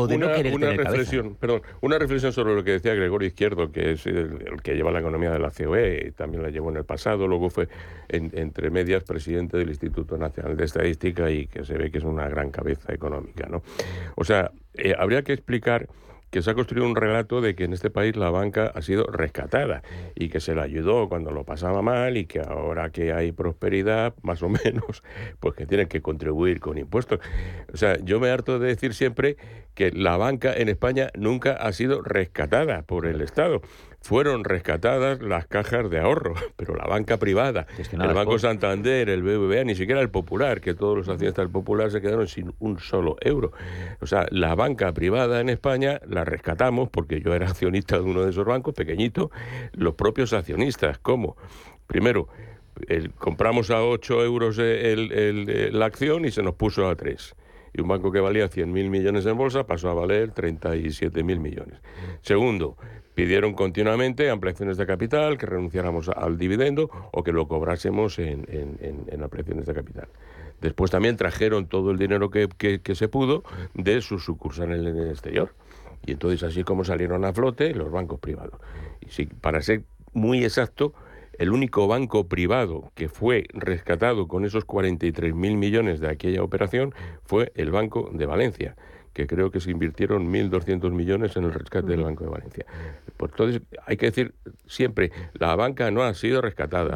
una reflexión sobre lo que decía Gregorio Izquierdo, que es el que lleva la economía de la COE, también la llevó en el pasado, luego fue entre medias presidente del Instituto Nacional de Estadística y que se ve que es una gran cabeza económica, ¿no? O sea, habría que explicar que se ha construido un relato de que en este país la banca ha sido rescatada y que se la ayudó cuando lo pasaba mal y que ahora que hay prosperidad, más o menos, pues que tienen que contribuir con impuestos. O sea, yo me harto de decir siempre que la banca en España nunca ha sido rescatada por el Estado. Fueron rescatadas las cajas de ahorro, pero la banca privada, el Banco Santander, el BBVA, ni siquiera el Popular, que todos los accionistas del Popular se quedaron sin un solo euro. O sea, la banca privada en España la rescatamos, porque yo era accionista de uno de esos bancos, pequeñito, los propios accionistas. ¿Cómo? Primero, compramos a 8 euros la acción y se nos puso a 3. Y un banco que valía 100.000 millones en bolsa pasó a valer 37.000 millones. Segundo, pidieron continuamente ampliaciones de capital, que renunciáramos al dividendo o que lo cobrásemos en ampliaciones de capital. Después también trajeron todo el dinero que se pudo de sus sucursales en el exterior. Y entonces así como salieron a flote los bancos privados. Y sí, para ser muy exacto, el único banco privado que fue rescatado con esos 43.000 millones de aquella operación fue el Banco de Valencia, que creo que se invirtieron 1.200 millones en el rescate del Banco de Valencia. Pues entonces hay que decir siempre, la banca no ha sido rescatada,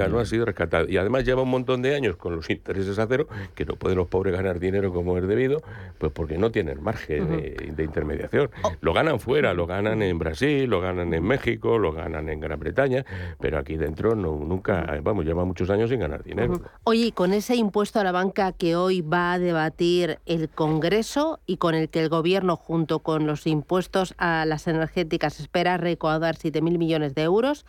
y además lleva un montón de años con los intereses a cero, que no pueden los pobres ganar dinero como es debido, pues porque no tienen margen de intermediación. Lo ganan fuera, lo ganan en Brasil, lo ganan en México, lo ganan en Gran Bretaña, pero aquí dentro nunca, lleva muchos años sin ganar dinero. Oye, con ese impuesto a la banca que hoy va a debatir el Congreso y con el que el Gobierno, junto con los impuestos a las energéticas, espera recaudar 7.000 millones de euros.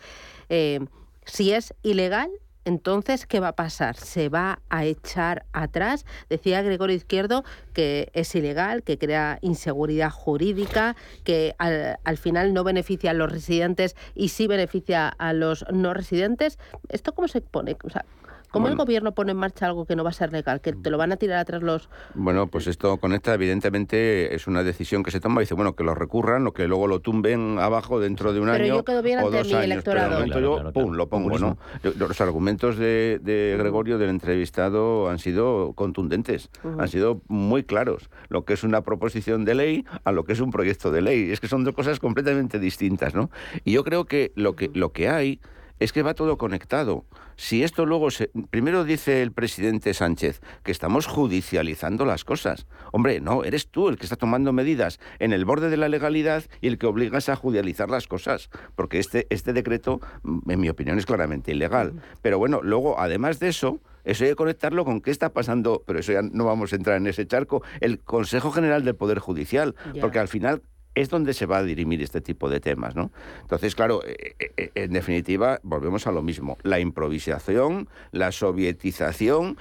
Si es ilegal, entonces, ¿qué va a pasar? ¿Se va a echar atrás? Decía Gregorio Izquierdo que es ilegal, que crea inseguridad jurídica, que al final no beneficia a los residentes y sí beneficia a los no residentes. ¿Esto cómo se pone? O sea, ¿cómo el Gobierno pone en marcha algo que no va a ser legal? ¿Que te lo van a tirar atrás los...? Bueno, pues esto con esta evidentemente es una decisión que se toma y dice, bueno, que lo recurran o que luego lo tumben abajo dentro de un año o 2 años. Pero yo quedo bien ante mi electorado. Pero yo, lo pongo, ¿no? Los argumentos de Gregorio, del entrevistado, han sido contundentes, han sido muy claros. Lo que es una proposición de ley a lo que es un proyecto de ley. Es que son dos cosas completamente distintas, ¿no? Y yo creo que lo que hay es que va todo conectado. Si esto luego primero dice el presidente Sánchez que estamos judicializando las cosas. Hombre, no, eres tú el que está tomando medidas en el borde de la legalidad y el que obligas a judicializar las cosas. Porque este decreto, en mi opinión, es claramente ilegal. Pero bueno, luego, además de eso hay que conectarlo con qué está pasando, pero eso ya no vamos a entrar en ese charco, el Consejo General del Poder Judicial. Porque al final es donde se va a dirimir este tipo de temas, ¿no? Entonces, claro, en definitiva, volvemos a lo mismo. La improvisación, la sovietización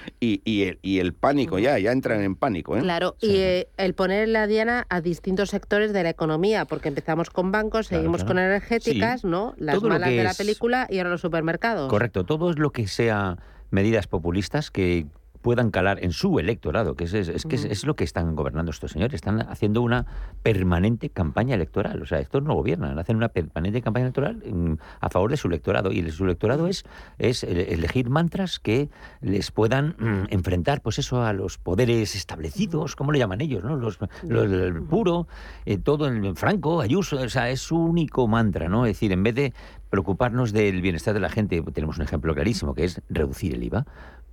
y el pánico, ya entran en pánico, ¿eh? Claro, sí. Y el poner la diana a distintos sectores de la economía, porque empezamos con bancos, seguimos con energéticas, sí, ¿no? Las todo malas de la película y ahora los supermercados. Correcto, todo es lo que sea medidas populistas que puedan calar en su electorado, que es lo que están gobernando estos señores. Están haciendo una permanente campaña electoral. O sea, estos no gobiernan, hacen una permanente campaña electoral a favor de su electorado. Y su electorado es elegir mantras que les puedan enfrentar, pues eso, a los poderes establecidos, ¿cómo le llaman ellos, ¿no? El puro, todo en Franco, Ayuso, o sea, es su único mantra, ¿no? Es decir, en vez de preocuparnos del bienestar de la gente, tenemos un ejemplo clarísimo, que es reducir el IVA.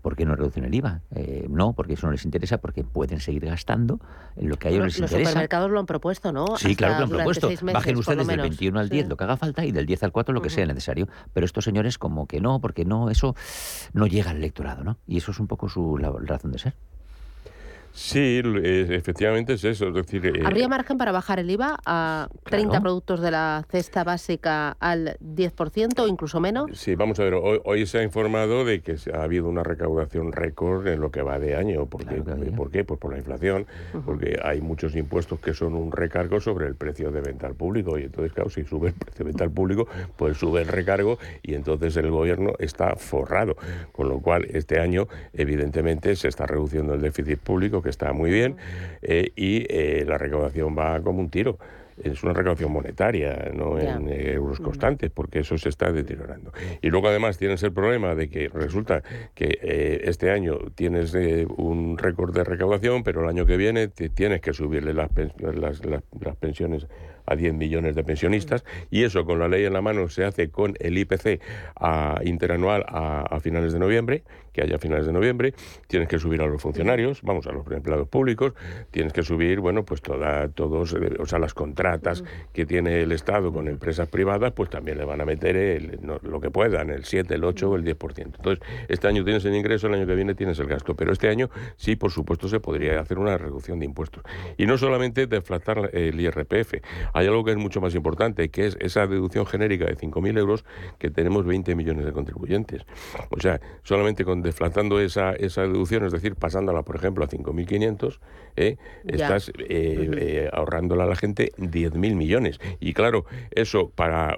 ¿por qué no reducen el IVA? No, porque eso no les interesa, porque pueden seguir gastando en lo que a ellos les interesa. Los supermercados lo han propuesto, ¿no? Sí, claro que lo han propuesto. 6 meses, bajen ustedes del 21 al 10 sí. lo que haga falta y del 10 al 4 lo que sea necesario. Pero estos señores como que no, porque no, eso no llega al electorado, ¿no? Y eso es un poco la razón de ser. Sí, efectivamente es eso. Es decir, ¿habría margen para bajar el IVA a 30 productos de la cesta básica al 10% o incluso menos? Sí, vamos a ver, hoy se ha informado de que ha habido una recaudación récord en lo que va de año. ¿Por qué? Pues por la inflación, porque hay muchos impuestos que son un recargo sobre el precio de venta al público, y entonces, claro, si sube el precio de venta al público, pues sube el recargo y entonces el gobierno está forrado. Con lo cual, este año, evidentemente, se está reduciendo el déficit público, que está muy bien, y la recaudación va como un tiro. Es una recaudación monetaria, no en euros constantes, porque eso se está deteriorando. Y luego además tienes el problema de que resulta que este año tienes un récord de recaudación, pero el año que viene tienes que subirle las pensiones a 10 millones de pensionistas, y eso con la ley en la mano se hace con el IPC interanual a finales de noviembre, que haya finales de noviembre. Tienes que subir a los funcionarios, vamos, a los empleados públicos, tienes que subir, bueno, pues todos, o sea, las contratas que tiene el Estado con empresas privadas, pues también le van a meter lo que puedan, el 7, el 8 o el 10%. Entonces, este año tienes el ingreso, el año que viene tienes el gasto, pero este año sí, por supuesto, se podría hacer una reducción de impuestos. Y no solamente deflactar el IRPF, hay algo que es mucho más importante, que es esa deducción genérica de 5.000 euros, que tenemos 20 millones de contribuyentes. O sea, solamente deflactando esa deducción, es decir, pasándola, por ejemplo, a 5.500, estás ahorrándola a la gente 10.000 millones. Y claro, eso para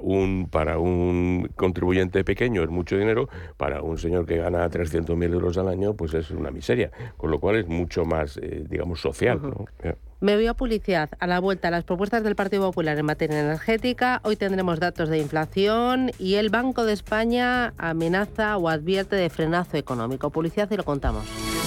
un contribuyente pequeño es mucho dinero, para un señor que gana 300.000 euros al año, pues es una miseria. Con lo cual es mucho más, digamos, social, ¿no? Me voy a publicidad. A la vuelta, las propuestas del Partido Popular en materia energética. Hoy tendremos datos de inflación y el Banco de España amenaza o advierte de frenazo económico. Publicidad y lo contamos.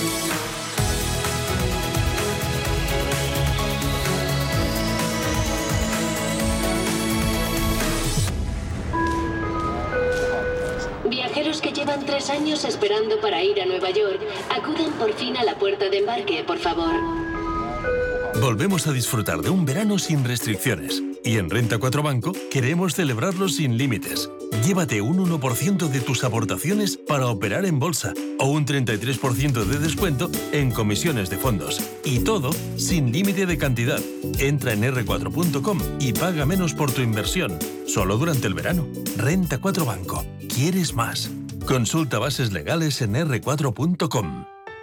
Viajeros que llevan 3 años esperando para ir a Nueva York, acudan por fin a la puerta de embarque, por favor. Volvemos a disfrutar de un verano sin restricciones. Y en Renta 4 Banco queremos celebrarlo sin límites. Llévate un 1% de tus aportaciones para operar en bolsa o un 33% de descuento en comisiones de fondos. Y todo sin límite de cantidad. Entra en r4.com y paga menos por tu inversión. Solo durante el verano. Renta 4 Banco. ¿Quieres más? Consulta bases legales en r4.com.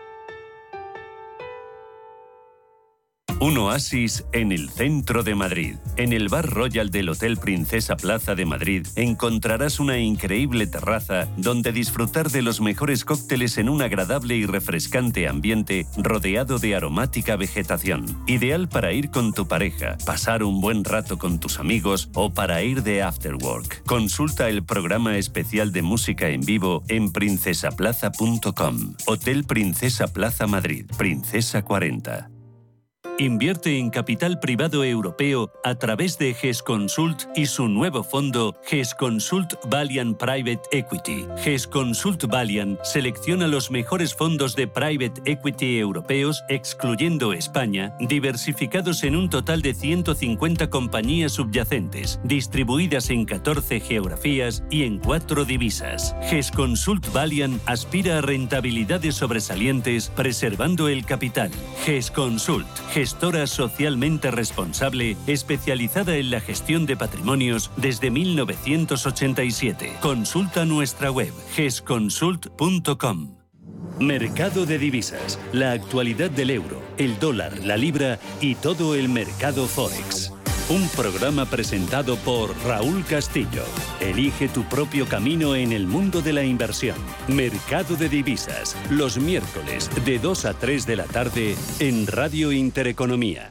Un oasis en el centro de Madrid. En el Bar Royal del Hotel Princesa Plaza de Madrid encontrarás una increíble terraza donde disfrutar de los mejores cócteles en un agradable y refrescante ambiente rodeado de aromática vegetación. Ideal para ir con tu pareja, pasar un buen rato con tus amigos o para ir de afterwork. Consulta el programa especial de música en vivo en princesaplaza.com. Hotel Princesa Plaza Madrid, Princesa 40. Invierte en capital privado europeo a través de GESConsult y su nuevo fondo GESConsult Valiant Private Equity. GESConsult Valiant selecciona los mejores fondos de Private Equity europeos, excluyendo España, diversificados en un total de 150 compañías subyacentes, distribuidas en 14 geografías y en 4 divisas. GESConsult Valiant aspira a rentabilidades sobresalientes, preservando el capital. GESConsult, gestora socialmente responsable, especializada en la gestión de patrimonios desde 1987. Consulta nuestra web, gesconsult.com. Mercado de divisas, la actualidad del euro, el dólar, la libra y todo el mercado forex. Un programa presentado por Raúl Castillo. Elige tu propio camino en el mundo de la inversión. Mercado de divisas, los miércoles de 2 a 3 de la tarde en Radio Intereconomía.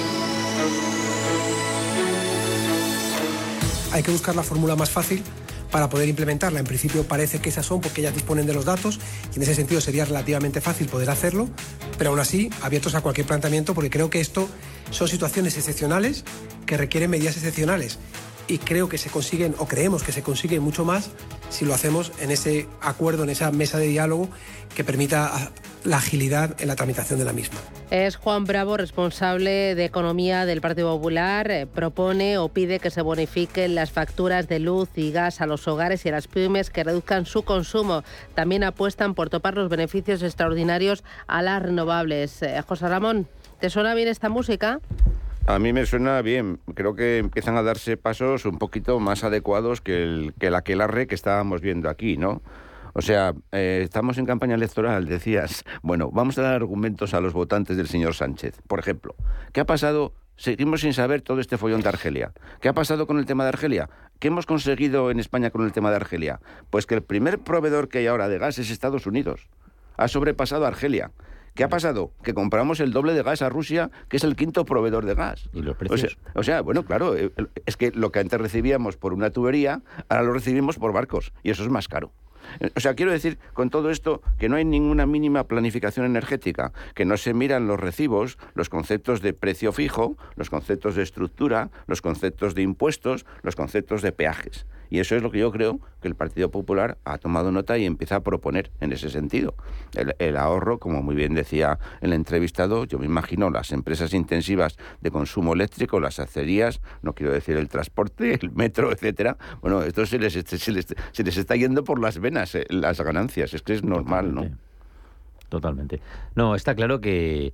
Hay que buscar la fórmula más fácil para poder implementarla. En principio parece que esas son porque ellas disponen de los datos y en ese sentido sería relativamente fácil poder hacerlo, pero aún así abiertos a cualquier planteamiento porque creo que esto son situaciones excepcionales que requieren medidas excepcionales y creo que se consiguen, o creemos que se consigue mucho más si lo hacemos en ese acuerdo, en esa mesa de diálogo que permita la agilidad en la tramitación de la misma. Es Juan Bravo, responsable de Economía del Partido Popular. Propone o pide que se bonifiquen las facturas de luz y gas a los hogares y a las pymes que reduzcan su consumo. También apuestan por topar los beneficios extraordinarios a las renovables. José Ramón, ¿te suena bien esta música? A mí me suena bien. Creo que empiezan a darse pasos un poquito más adecuados que el aquelarre que estábamos viendo aquí, ¿no? O sea, estamos en campaña electoral, decías. Bueno, vamos a dar argumentos a los votantes del señor Sánchez. Por ejemplo, ¿qué ha pasado? Seguimos sin saber todo este follón de Argelia. ¿Qué ha pasado con el tema de Argelia? ¿Qué hemos conseguido en España con el tema de Argelia? Pues que el primer proveedor que hay ahora de gas es Estados Unidos. Ha sobrepasado a Argelia. ¿Qué ha pasado? Que compramos el doble de gas a Rusia, que es el quinto proveedor de gas. ¿Y los precios? O sea, bueno, claro, es que lo que antes recibíamos por una tubería, ahora lo recibimos por barcos, y eso es más caro. O sea, quiero decir con todo esto que no hay ninguna mínima planificación energética, que no se miran los recibos, los conceptos de precio fijo, los conceptos de estructura, los conceptos de impuestos, los conceptos de peajes. Y eso es lo que yo creo que el Partido Popular ha tomado nota y empieza a proponer en ese sentido. El ahorro, como muy bien decía el entrevistado, yo me imagino las empresas intensivas de consumo eléctrico, las acerías, no quiero decir el transporte, el metro, etcétera. Bueno, esto se les está yendo por las venas las ganancias. Es que es normal, ¿no? Totalmente. No, está claro que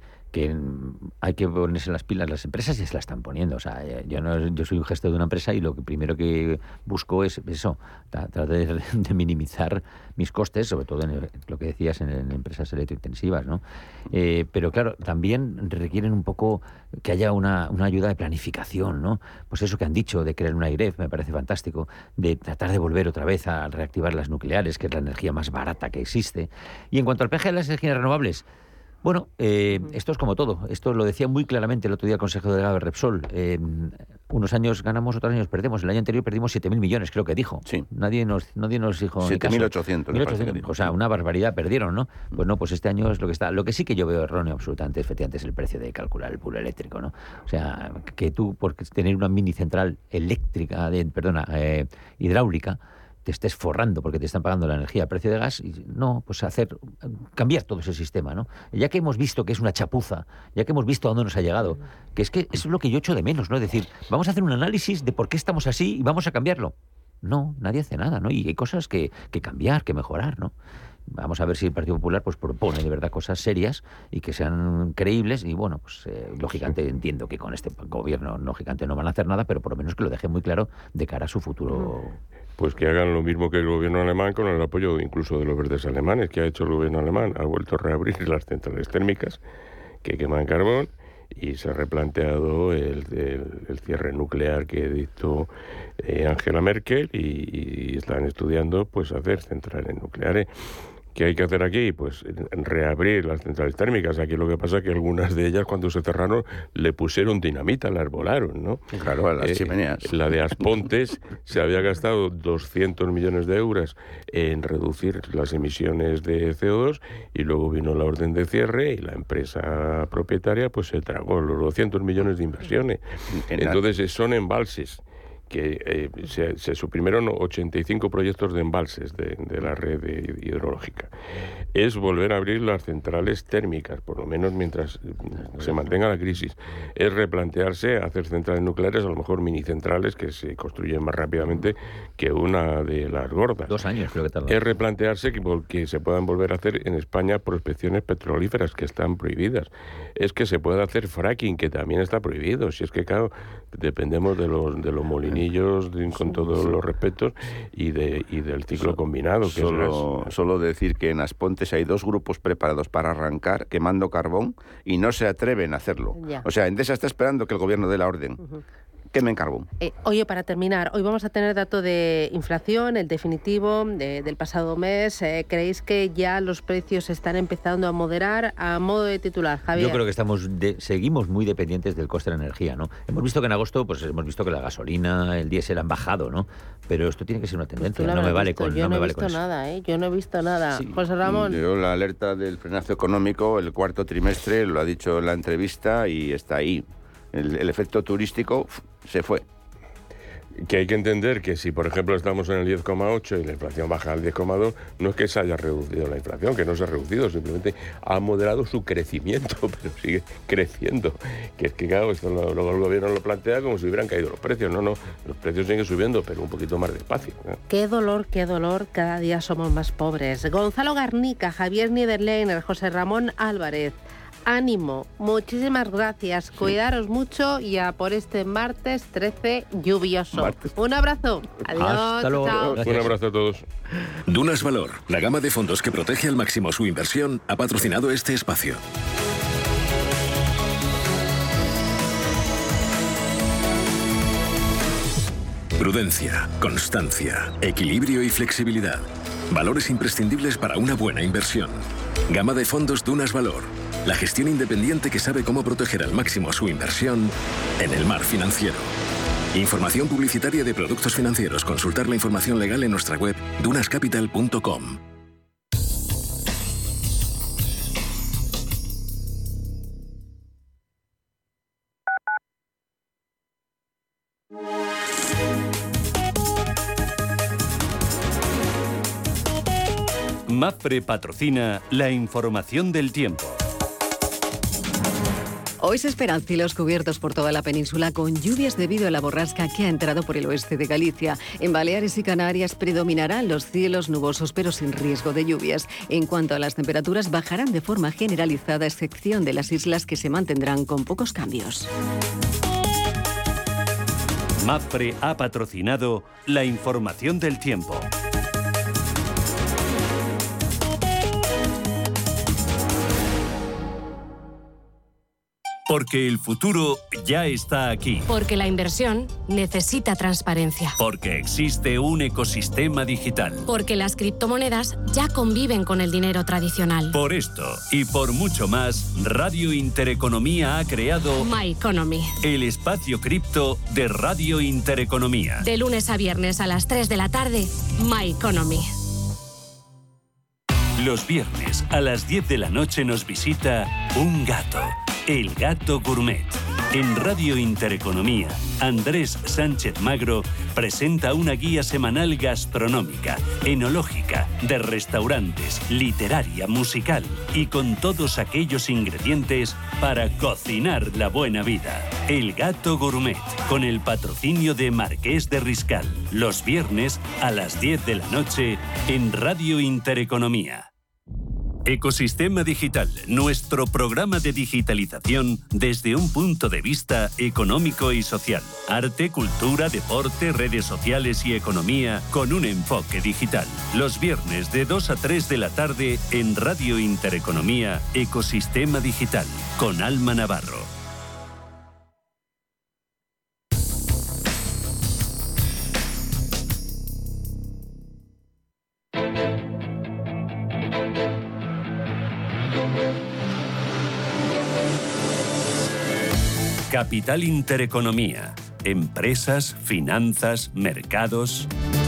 hay que ponerse las pilas las empresas y se las están poniendo. O sea, yo soy un gestor de una empresa y lo que primero que busco es eso, tratar de minimizar mis costes, sobre todo en lo que decías en empresas electrointensivas, ¿no? Pero claro, también requieren un poco que haya una ayuda de planificación, ¿no? Pues eso que han dicho de crear una AIREF me parece fantástico, de tratar de volver otra vez a reactivar las nucleares, que es la energía más barata que existe. Y en cuanto al peaje de las energías renovables, bueno, esto es como todo. Esto lo decía muy claramente el otro día el Consejo Delegado de Repsol. Unos años ganamos, otros años perdemos. El año anterior perdimos 7.000 millones, creo que dijo. Sí. Nadie nos dijo... 7.800. O sea, una barbaridad perdieron, ¿no? Pues no, pues este año es lo que está. Lo que sí que yo veo erróneo absolutamente, efectivamente, es el precio de calcular el pool eléctrico, ¿no? O sea, que tú, por tener una mini central eléctrica, hidráulica, te estés forrando porque te están pagando la energía a precio de gas, y no, pues cambiar todo ese sistema, ¿no? Ya que hemos visto que es una chapuza, ya que hemos visto a dónde nos ha llegado, que es que eso es lo que yo echo de menos, ¿no? Es decir, vamos a hacer un análisis de por qué estamos así y vamos a cambiarlo. No, nadie hace nada, ¿no? Y hay cosas que cambiar, que mejorar, ¿no? Vamos a ver si el Partido Popular pues propone de verdad cosas serias y que sean creíbles y bueno, pues lógicamente entiendo que con este gobierno lógicamente no van a hacer nada, pero por lo menos que lo dejen muy claro de cara a su futuro. Pues que hagan lo mismo que el gobierno alemán con el apoyo incluso de los verdes alemanes, que ha hecho el gobierno alemán. Ha vuelto a reabrir las centrales térmicas que queman carbón y se ha replanteado el cierre nuclear que dictó Angela Merkel y están estudiando pues hacer centrales nucleares. ¿Qué hay que hacer aquí? Pues reabrir las centrales térmicas. Aquí lo que pasa es que algunas de ellas, cuando se cerraron, le pusieron dinamita, las volaron, ¿no? Claro, a las chimeneas. La de Aspontes se había gastado 200 millones de euros en reducir las emisiones de CO2 y luego vino la orden de cierre y la empresa propietaria pues se tragó los 200 millones de inversiones. Entonces son embalses que se suprimieron 85 proyectos de embalses de la red hidrológica. Es volver a abrir las centrales térmicas, por lo menos mientras se mantenga la crisis. Es replantearse hacer centrales nucleares, a lo mejor minicentrales que se construyen más rápidamente que una de las gordas. 2 años creo que tarda. Es replantearse que se puedan volver a hacer en España prospecciones petrolíferas que están prohibidas. Es que se pueda hacer fracking, que también está prohibido. Si es que, claro, dependemos de los molinillos con todos los respetos y del ciclo combinado. Que solo decir que en Aspontes hay 2 grupos preparados para arrancar quemando carbón y no se atreven a hacerlo. Ya. O sea, Endesa está esperando que el gobierno dé la orden. quemen carbón. Oye, para terminar, hoy vamos a tener dato de inflación, el definitivo del pasado mes. ¿Creéis que ya los precios se están empezando a moderar? A modo de titular, Javier. Yo creo que seguimos muy dependientes del coste de la energía, ¿no? Hemos visto que en agosto, pues hemos visto que la gasolina, el diésel han bajado, ¿no? Pero esto tiene que ser una tendencia. Yo no me vale con Yo no he visto nada, Yo no he visto nada. Sí. José Ramón. Yo la alerta del frenazo económico, el cuarto trimestre, lo ha dicho en la entrevista y está ahí. El efecto turístico se fue. Que hay que entender que si, por ejemplo, estamos en el 10,8 y la inflación baja al 10,2, no es que se haya reducido la inflación, que no se ha reducido, simplemente ha moderado su crecimiento, pero sigue creciendo. Que es que, claro, esto luego el gobierno lo plantea como si hubieran caído los precios. No, los precios siguen subiendo, pero un poquito más despacio. Qué dolor, cada día somos más pobres. Gonzalo Garnica, Javier Niederleiner, José Ramón Álvarez. Ánimo, muchísimas gracias, cuidaros mucho y a por este martes 13 lluvioso. Un abrazo, adiós. Hasta luego. Chao. Un abrazo a todos. Dunas Valor, la gama de fondos que protege al máximo su inversión, ha patrocinado este espacio. Prudencia, constancia, equilibrio y flexibilidad. Valores imprescindibles para una buena inversión. Gama de fondos Dunas Valor. La gestión independiente que sabe cómo proteger al máximo su inversión en el mar financiero. Información publicitaria de productos financieros. Consultar la información legal en nuestra web dunascapital.com. Mapfre patrocina la información del tiempo. Hoy se esperan cielos cubiertos por toda la península con lluvias debido a la borrasca que ha entrado por el oeste de Galicia. En Baleares y Canarias predominarán los cielos nubosos pero sin riesgo de lluvias. En cuanto a las temperaturas, bajarán de forma generalizada a excepción de las islas que se mantendrán con pocos cambios. Mapfre ha patrocinado la información del tiempo. Porque el futuro ya está aquí. Porque la inversión necesita transparencia. Porque existe un ecosistema digital. Porque las criptomonedas ya conviven con el dinero tradicional. Por esto y por mucho más, Radio Intereconomía ha creado My Economy, el espacio cripto de Radio Intereconomía. De lunes a viernes a las 3 de la tarde, My Economy. Los viernes a las 10 de la noche nos visita un gato. El Gato Gourmet. En Radio Intereconomía, Andrés Sánchez Magro presenta una guía semanal gastronómica, enológica, de restaurantes, literaria, musical y con todos aquellos ingredientes para cocinar la buena vida. El Gato Gourmet, con el patrocinio de Marqués de Riscal. Los viernes a las 10 de la noche en Radio Intereconomía. Ecosistema Digital, nuestro programa de digitalización desde un punto de vista económico y social. Arte, cultura, deporte, redes sociales y economía con un enfoque digital. Los viernes de 2 a 3 de la tarde en Radio Intereconomía, Ecosistema Digital, con Alma Navarro. Capital Intereconomía. Empresas, finanzas, mercados.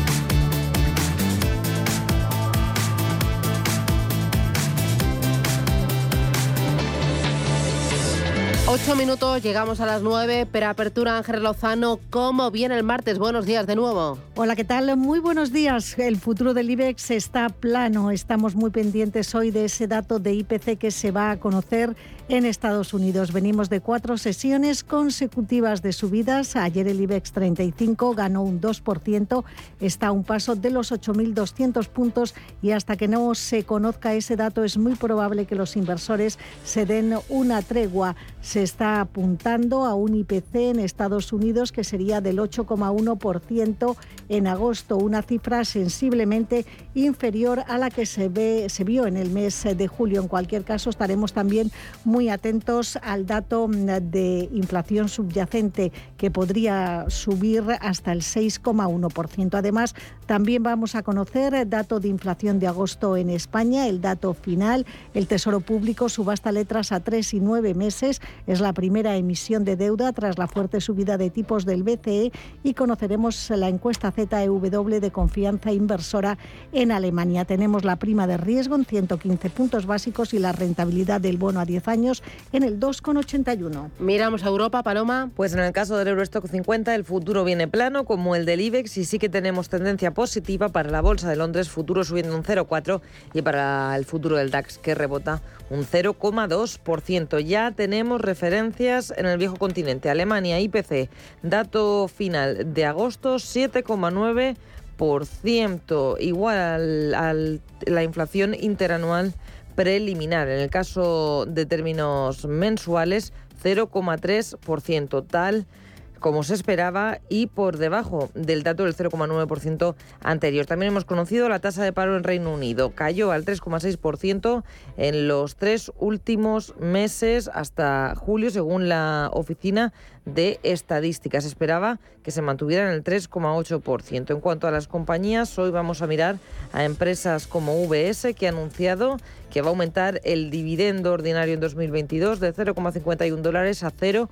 Ocho minutos, llegamos a las 9, preapertura Ángel Lozano. ¿Cómo viene el martes? Buenos días de nuevo. Hola, ¿qué tal? Muy buenos días. El futuro del IBEX está plano. Estamos muy pendientes hoy de ese dato de IPC que se va a conocer en Estados Unidos. Venimos de 4 sesiones consecutivas de subidas. Ayer el IBEX 35 ganó un 2%, está a un paso de los 8.200 puntos y hasta que no se conozca ese dato es muy probable que los inversores se den una tregua. Se Se está apuntando a un IPC en Estados Unidos que sería del 8,1% en agosto, una cifra sensiblemente inferior a la que se vio en el mes de julio. En cualquier caso, estaremos también muy atentos al dato de inflación subyacente, que podría subir hasta el 6,1%. Además, también vamos a conocer dato de inflación de agosto en España, el dato final. El Tesoro Público subasta letras a 3 y 9 meses. Es la primera emisión de deuda tras la fuerte subida de tipos del BCE, y conoceremos la encuesta ZEW de confianza inversora en Alemania. Tenemos la prima de riesgo en 115 puntos básicos y la rentabilidad del bono a 10 años en el 2,81. Miramos a Europa, Paloma. Pues en el caso del Eurostock 50 el futuro viene plano, como el del IBEX, y sí que tenemos tendencia positiva para la Bolsa de Londres, futuro subiendo un 0,4%, y para el futuro del DAX, que rebota un 0,2%. Ya tenemos referencias en el viejo continente. Alemania, IPC, dato final de agosto, 7,9%, igual a la inflación interanual preliminar. En el caso de términos mensuales, 0,3%, tal como se esperaba y por debajo del dato del 0,9% anterior. También hemos conocido la tasa de paro en Reino Unido. Cayó al 3,6% en los 3 últimos meses hasta julio, según la Oficina de Estadísticas. Se esperaba que se mantuviera en el 3,8%. En cuanto a las compañías, hoy vamos a mirar a empresas como UBS, que ha anunciado que va a aumentar el dividendo ordinario en 2022 de $0,51 a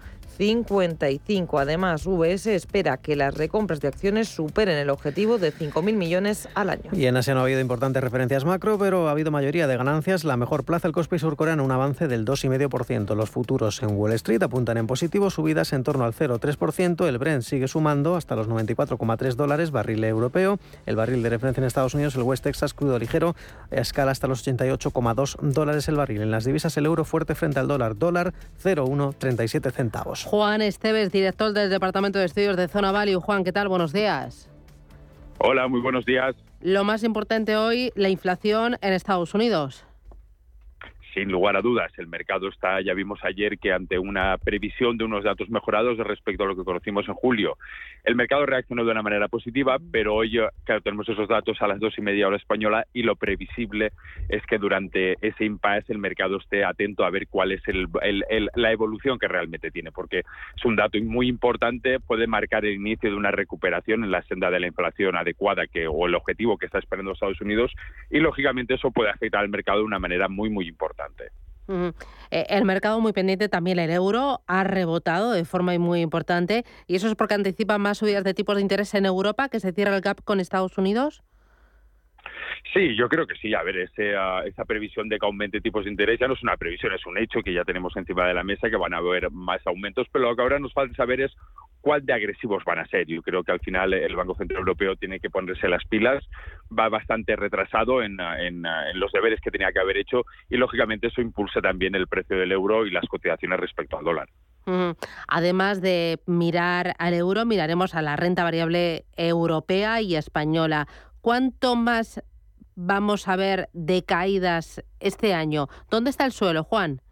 0,55. Además, UBS espera que las recompras de acciones superen el objetivo de 5.000 millones al año. Y en Asia no ha habido importantes referencias macro, pero ha habido mayoría de ganancias. La mejor plaza, el Kospi surcoreano, un avance del 2,5%. Los futuros en Wall Street apuntan en positivo, subidas en torno al 0,3%. El Brent sigue sumando hasta los $94,3, barril europeo. El barril de referencia en Estados Unidos, el West Texas crudo ligero, escala hasta los $88,2 el barril. En las divisas, el euro fuerte frente al dólar 0,137 centavos. Juan Esteves, director del Departamento de Estudios de Zona Value. Juan, ¿qué tal? Buenos días. Hola, muy buenos días. Lo más importante hoy, la inflación en Estados Unidos. Sin lugar a dudas, el mercado está, ya vimos ayer que ante una previsión de unos datos mejorados respecto a lo que conocimos en julio, el mercado reaccionó de una manera positiva, pero hoy, claro, tenemos esos datos a las 2:30 hora española, y lo previsible es que durante ese impasse el mercado esté atento a ver cuál es la evolución que realmente tiene, porque es un dato muy importante, puede marcar el inicio de una recuperación en la senda de la inflación adecuada o el objetivo que está esperando Estados Unidos, y lógicamente eso puede afectar al mercado de una manera muy, muy importante. El mercado muy pendiente también. El euro ha rebotado de forma muy importante, y eso es porque anticipan más subidas de tipos de interés en Europa, que se cierra el gap con Estados Unidos. Sí, yo creo que sí. A ver, esa previsión de que aumente tipos de interés ya no es una previsión, es un hecho que ya tenemos encima de la mesa, que van a haber más aumentos, pero lo que ahora nos falta saber es cuál de agresivos van a ser. Yo creo que al final el Banco Central Europeo tiene que ponerse las pilas, va bastante retrasado en los deberes que tenía que haber hecho, y lógicamente eso impulsa también el precio del euro y las cotizaciones respecto al dólar. Además de mirar al euro, miraremos a la renta variable europea y española. ¿Cuánto más vamos a ver de caídas este año? ¿Dónde está el suelo, Juan?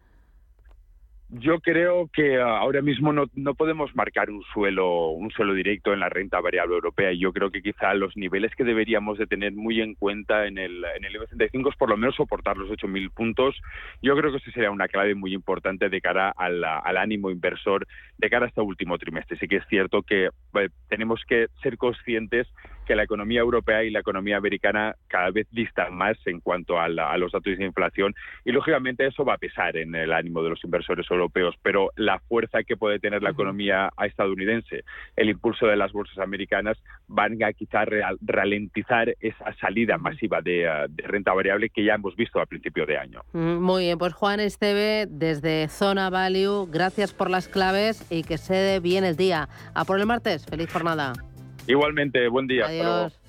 Yo creo que ahora mismo no podemos marcar un suelo directo en la renta variable europea, y yo creo que quizá los niveles que deberíamos de tener muy en cuenta en el IBEX 35 es por lo menos soportar los 8.000 puntos. Yo creo que eso sería una clave muy importante de cara al ánimo inversor de cara a este último trimestre. Sí que es cierto que tenemos que ser conscientes que la economía europea y la economía americana cada vez distan más en cuanto a los datos de inflación, y lógicamente eso va a pesar en el ánimo de los inversores europeos, pero la fuerza que puede tener la economía estadounidense, el impulso de las bolsas americanas, van a quizás ralentizar esa salida masiva de renta variable que ya hemos visto a principio de año. Muy bien, pues Juan Esteve, desde Zona Value, gracias por las claves y que se dé bien el día. A por el martes, feliz jornada. Igualmente, buen día. Adiós. Hasta luego.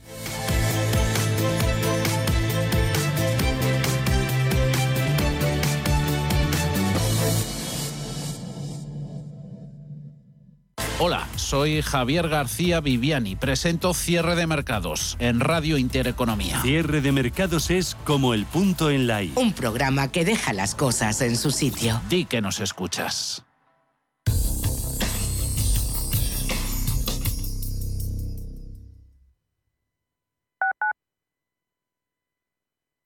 Hola, soy Javier García Viviani. Presento Cierre de Mercados en Radio Intereconomía. Cierre de Mercados es como el punto en la I. Un programa que deja las cosas en su sitio. Di que nos escuchas.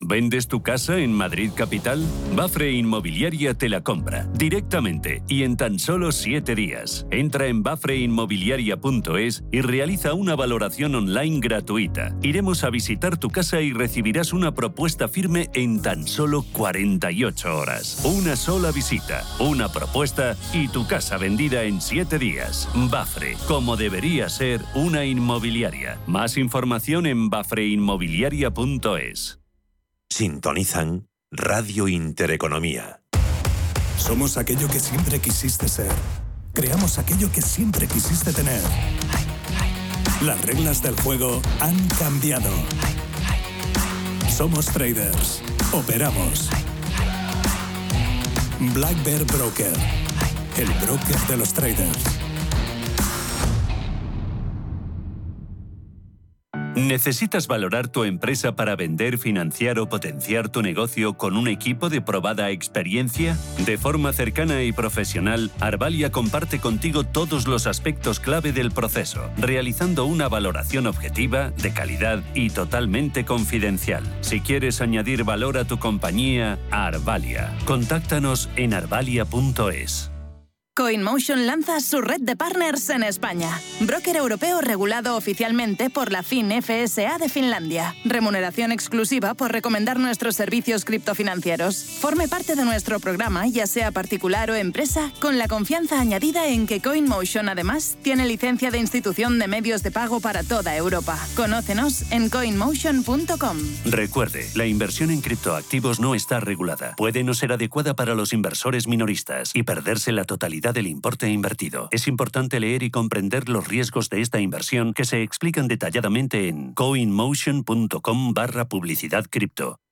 ¿Vendes tu casa en Madrid Capital? Bafre Inmobiliaria te la compra directamente y en tan solo 7 días. Entra en bafreinmobiliaria.es y realiza una valoración online gratuita. Iremos a visitar tu casa y recibirás una propuesta firme en tan solo 48 horas. Una sola visita, una propuesta y tu casa vendida en 7 días. Bafre, como debería ser una inmobiliaria. Más información en bafreinmobiliaria.es. Sintonizan Radio Intereconomía. Somos aquello que siempre quisiste ser. Creamos aquello que siempre quisiste tener. Las reglas del juego han cambiado. Somos traders. Operamos. Black Bear Broker. El broker de los traders. ¿Necesitas valorar tu empresa para vender, financiar o potenciar tu negocio con un equipo de probada experiencia? De forma cercana y profesional, Arvalia comparte contigo todos los aspectos clave del proceso, realizando una valoración objetiva, de calidad y totalmente confidencial. Si quieres añadir valor a tu compañía, Arvalia. Contáctanos en arvalia.es. CoinMotion lanza su red de partners en España. Broker europeo regulado oficialmente por la FinFSA de Finlandia. Remuneración exclusiva por recomendar nuestros servicios criptofinancieros. Forme parte de nuestro programa, ya sea particular o empresa, con la confianza añadida en que CoinMotion además tiene licencia de institución de medios de pago para toda Europa. Conócenos en coinmotion.com. Recuerde, la inversión en criptoactivos no está regulada. Puede no ser adecuada para los inversores minoristas y perderse la totalidad del importe invertido. Es importante leer y comprender los riesgos de esta inversión que se explican detalladamente en coinmotion.com/publicidad cripto.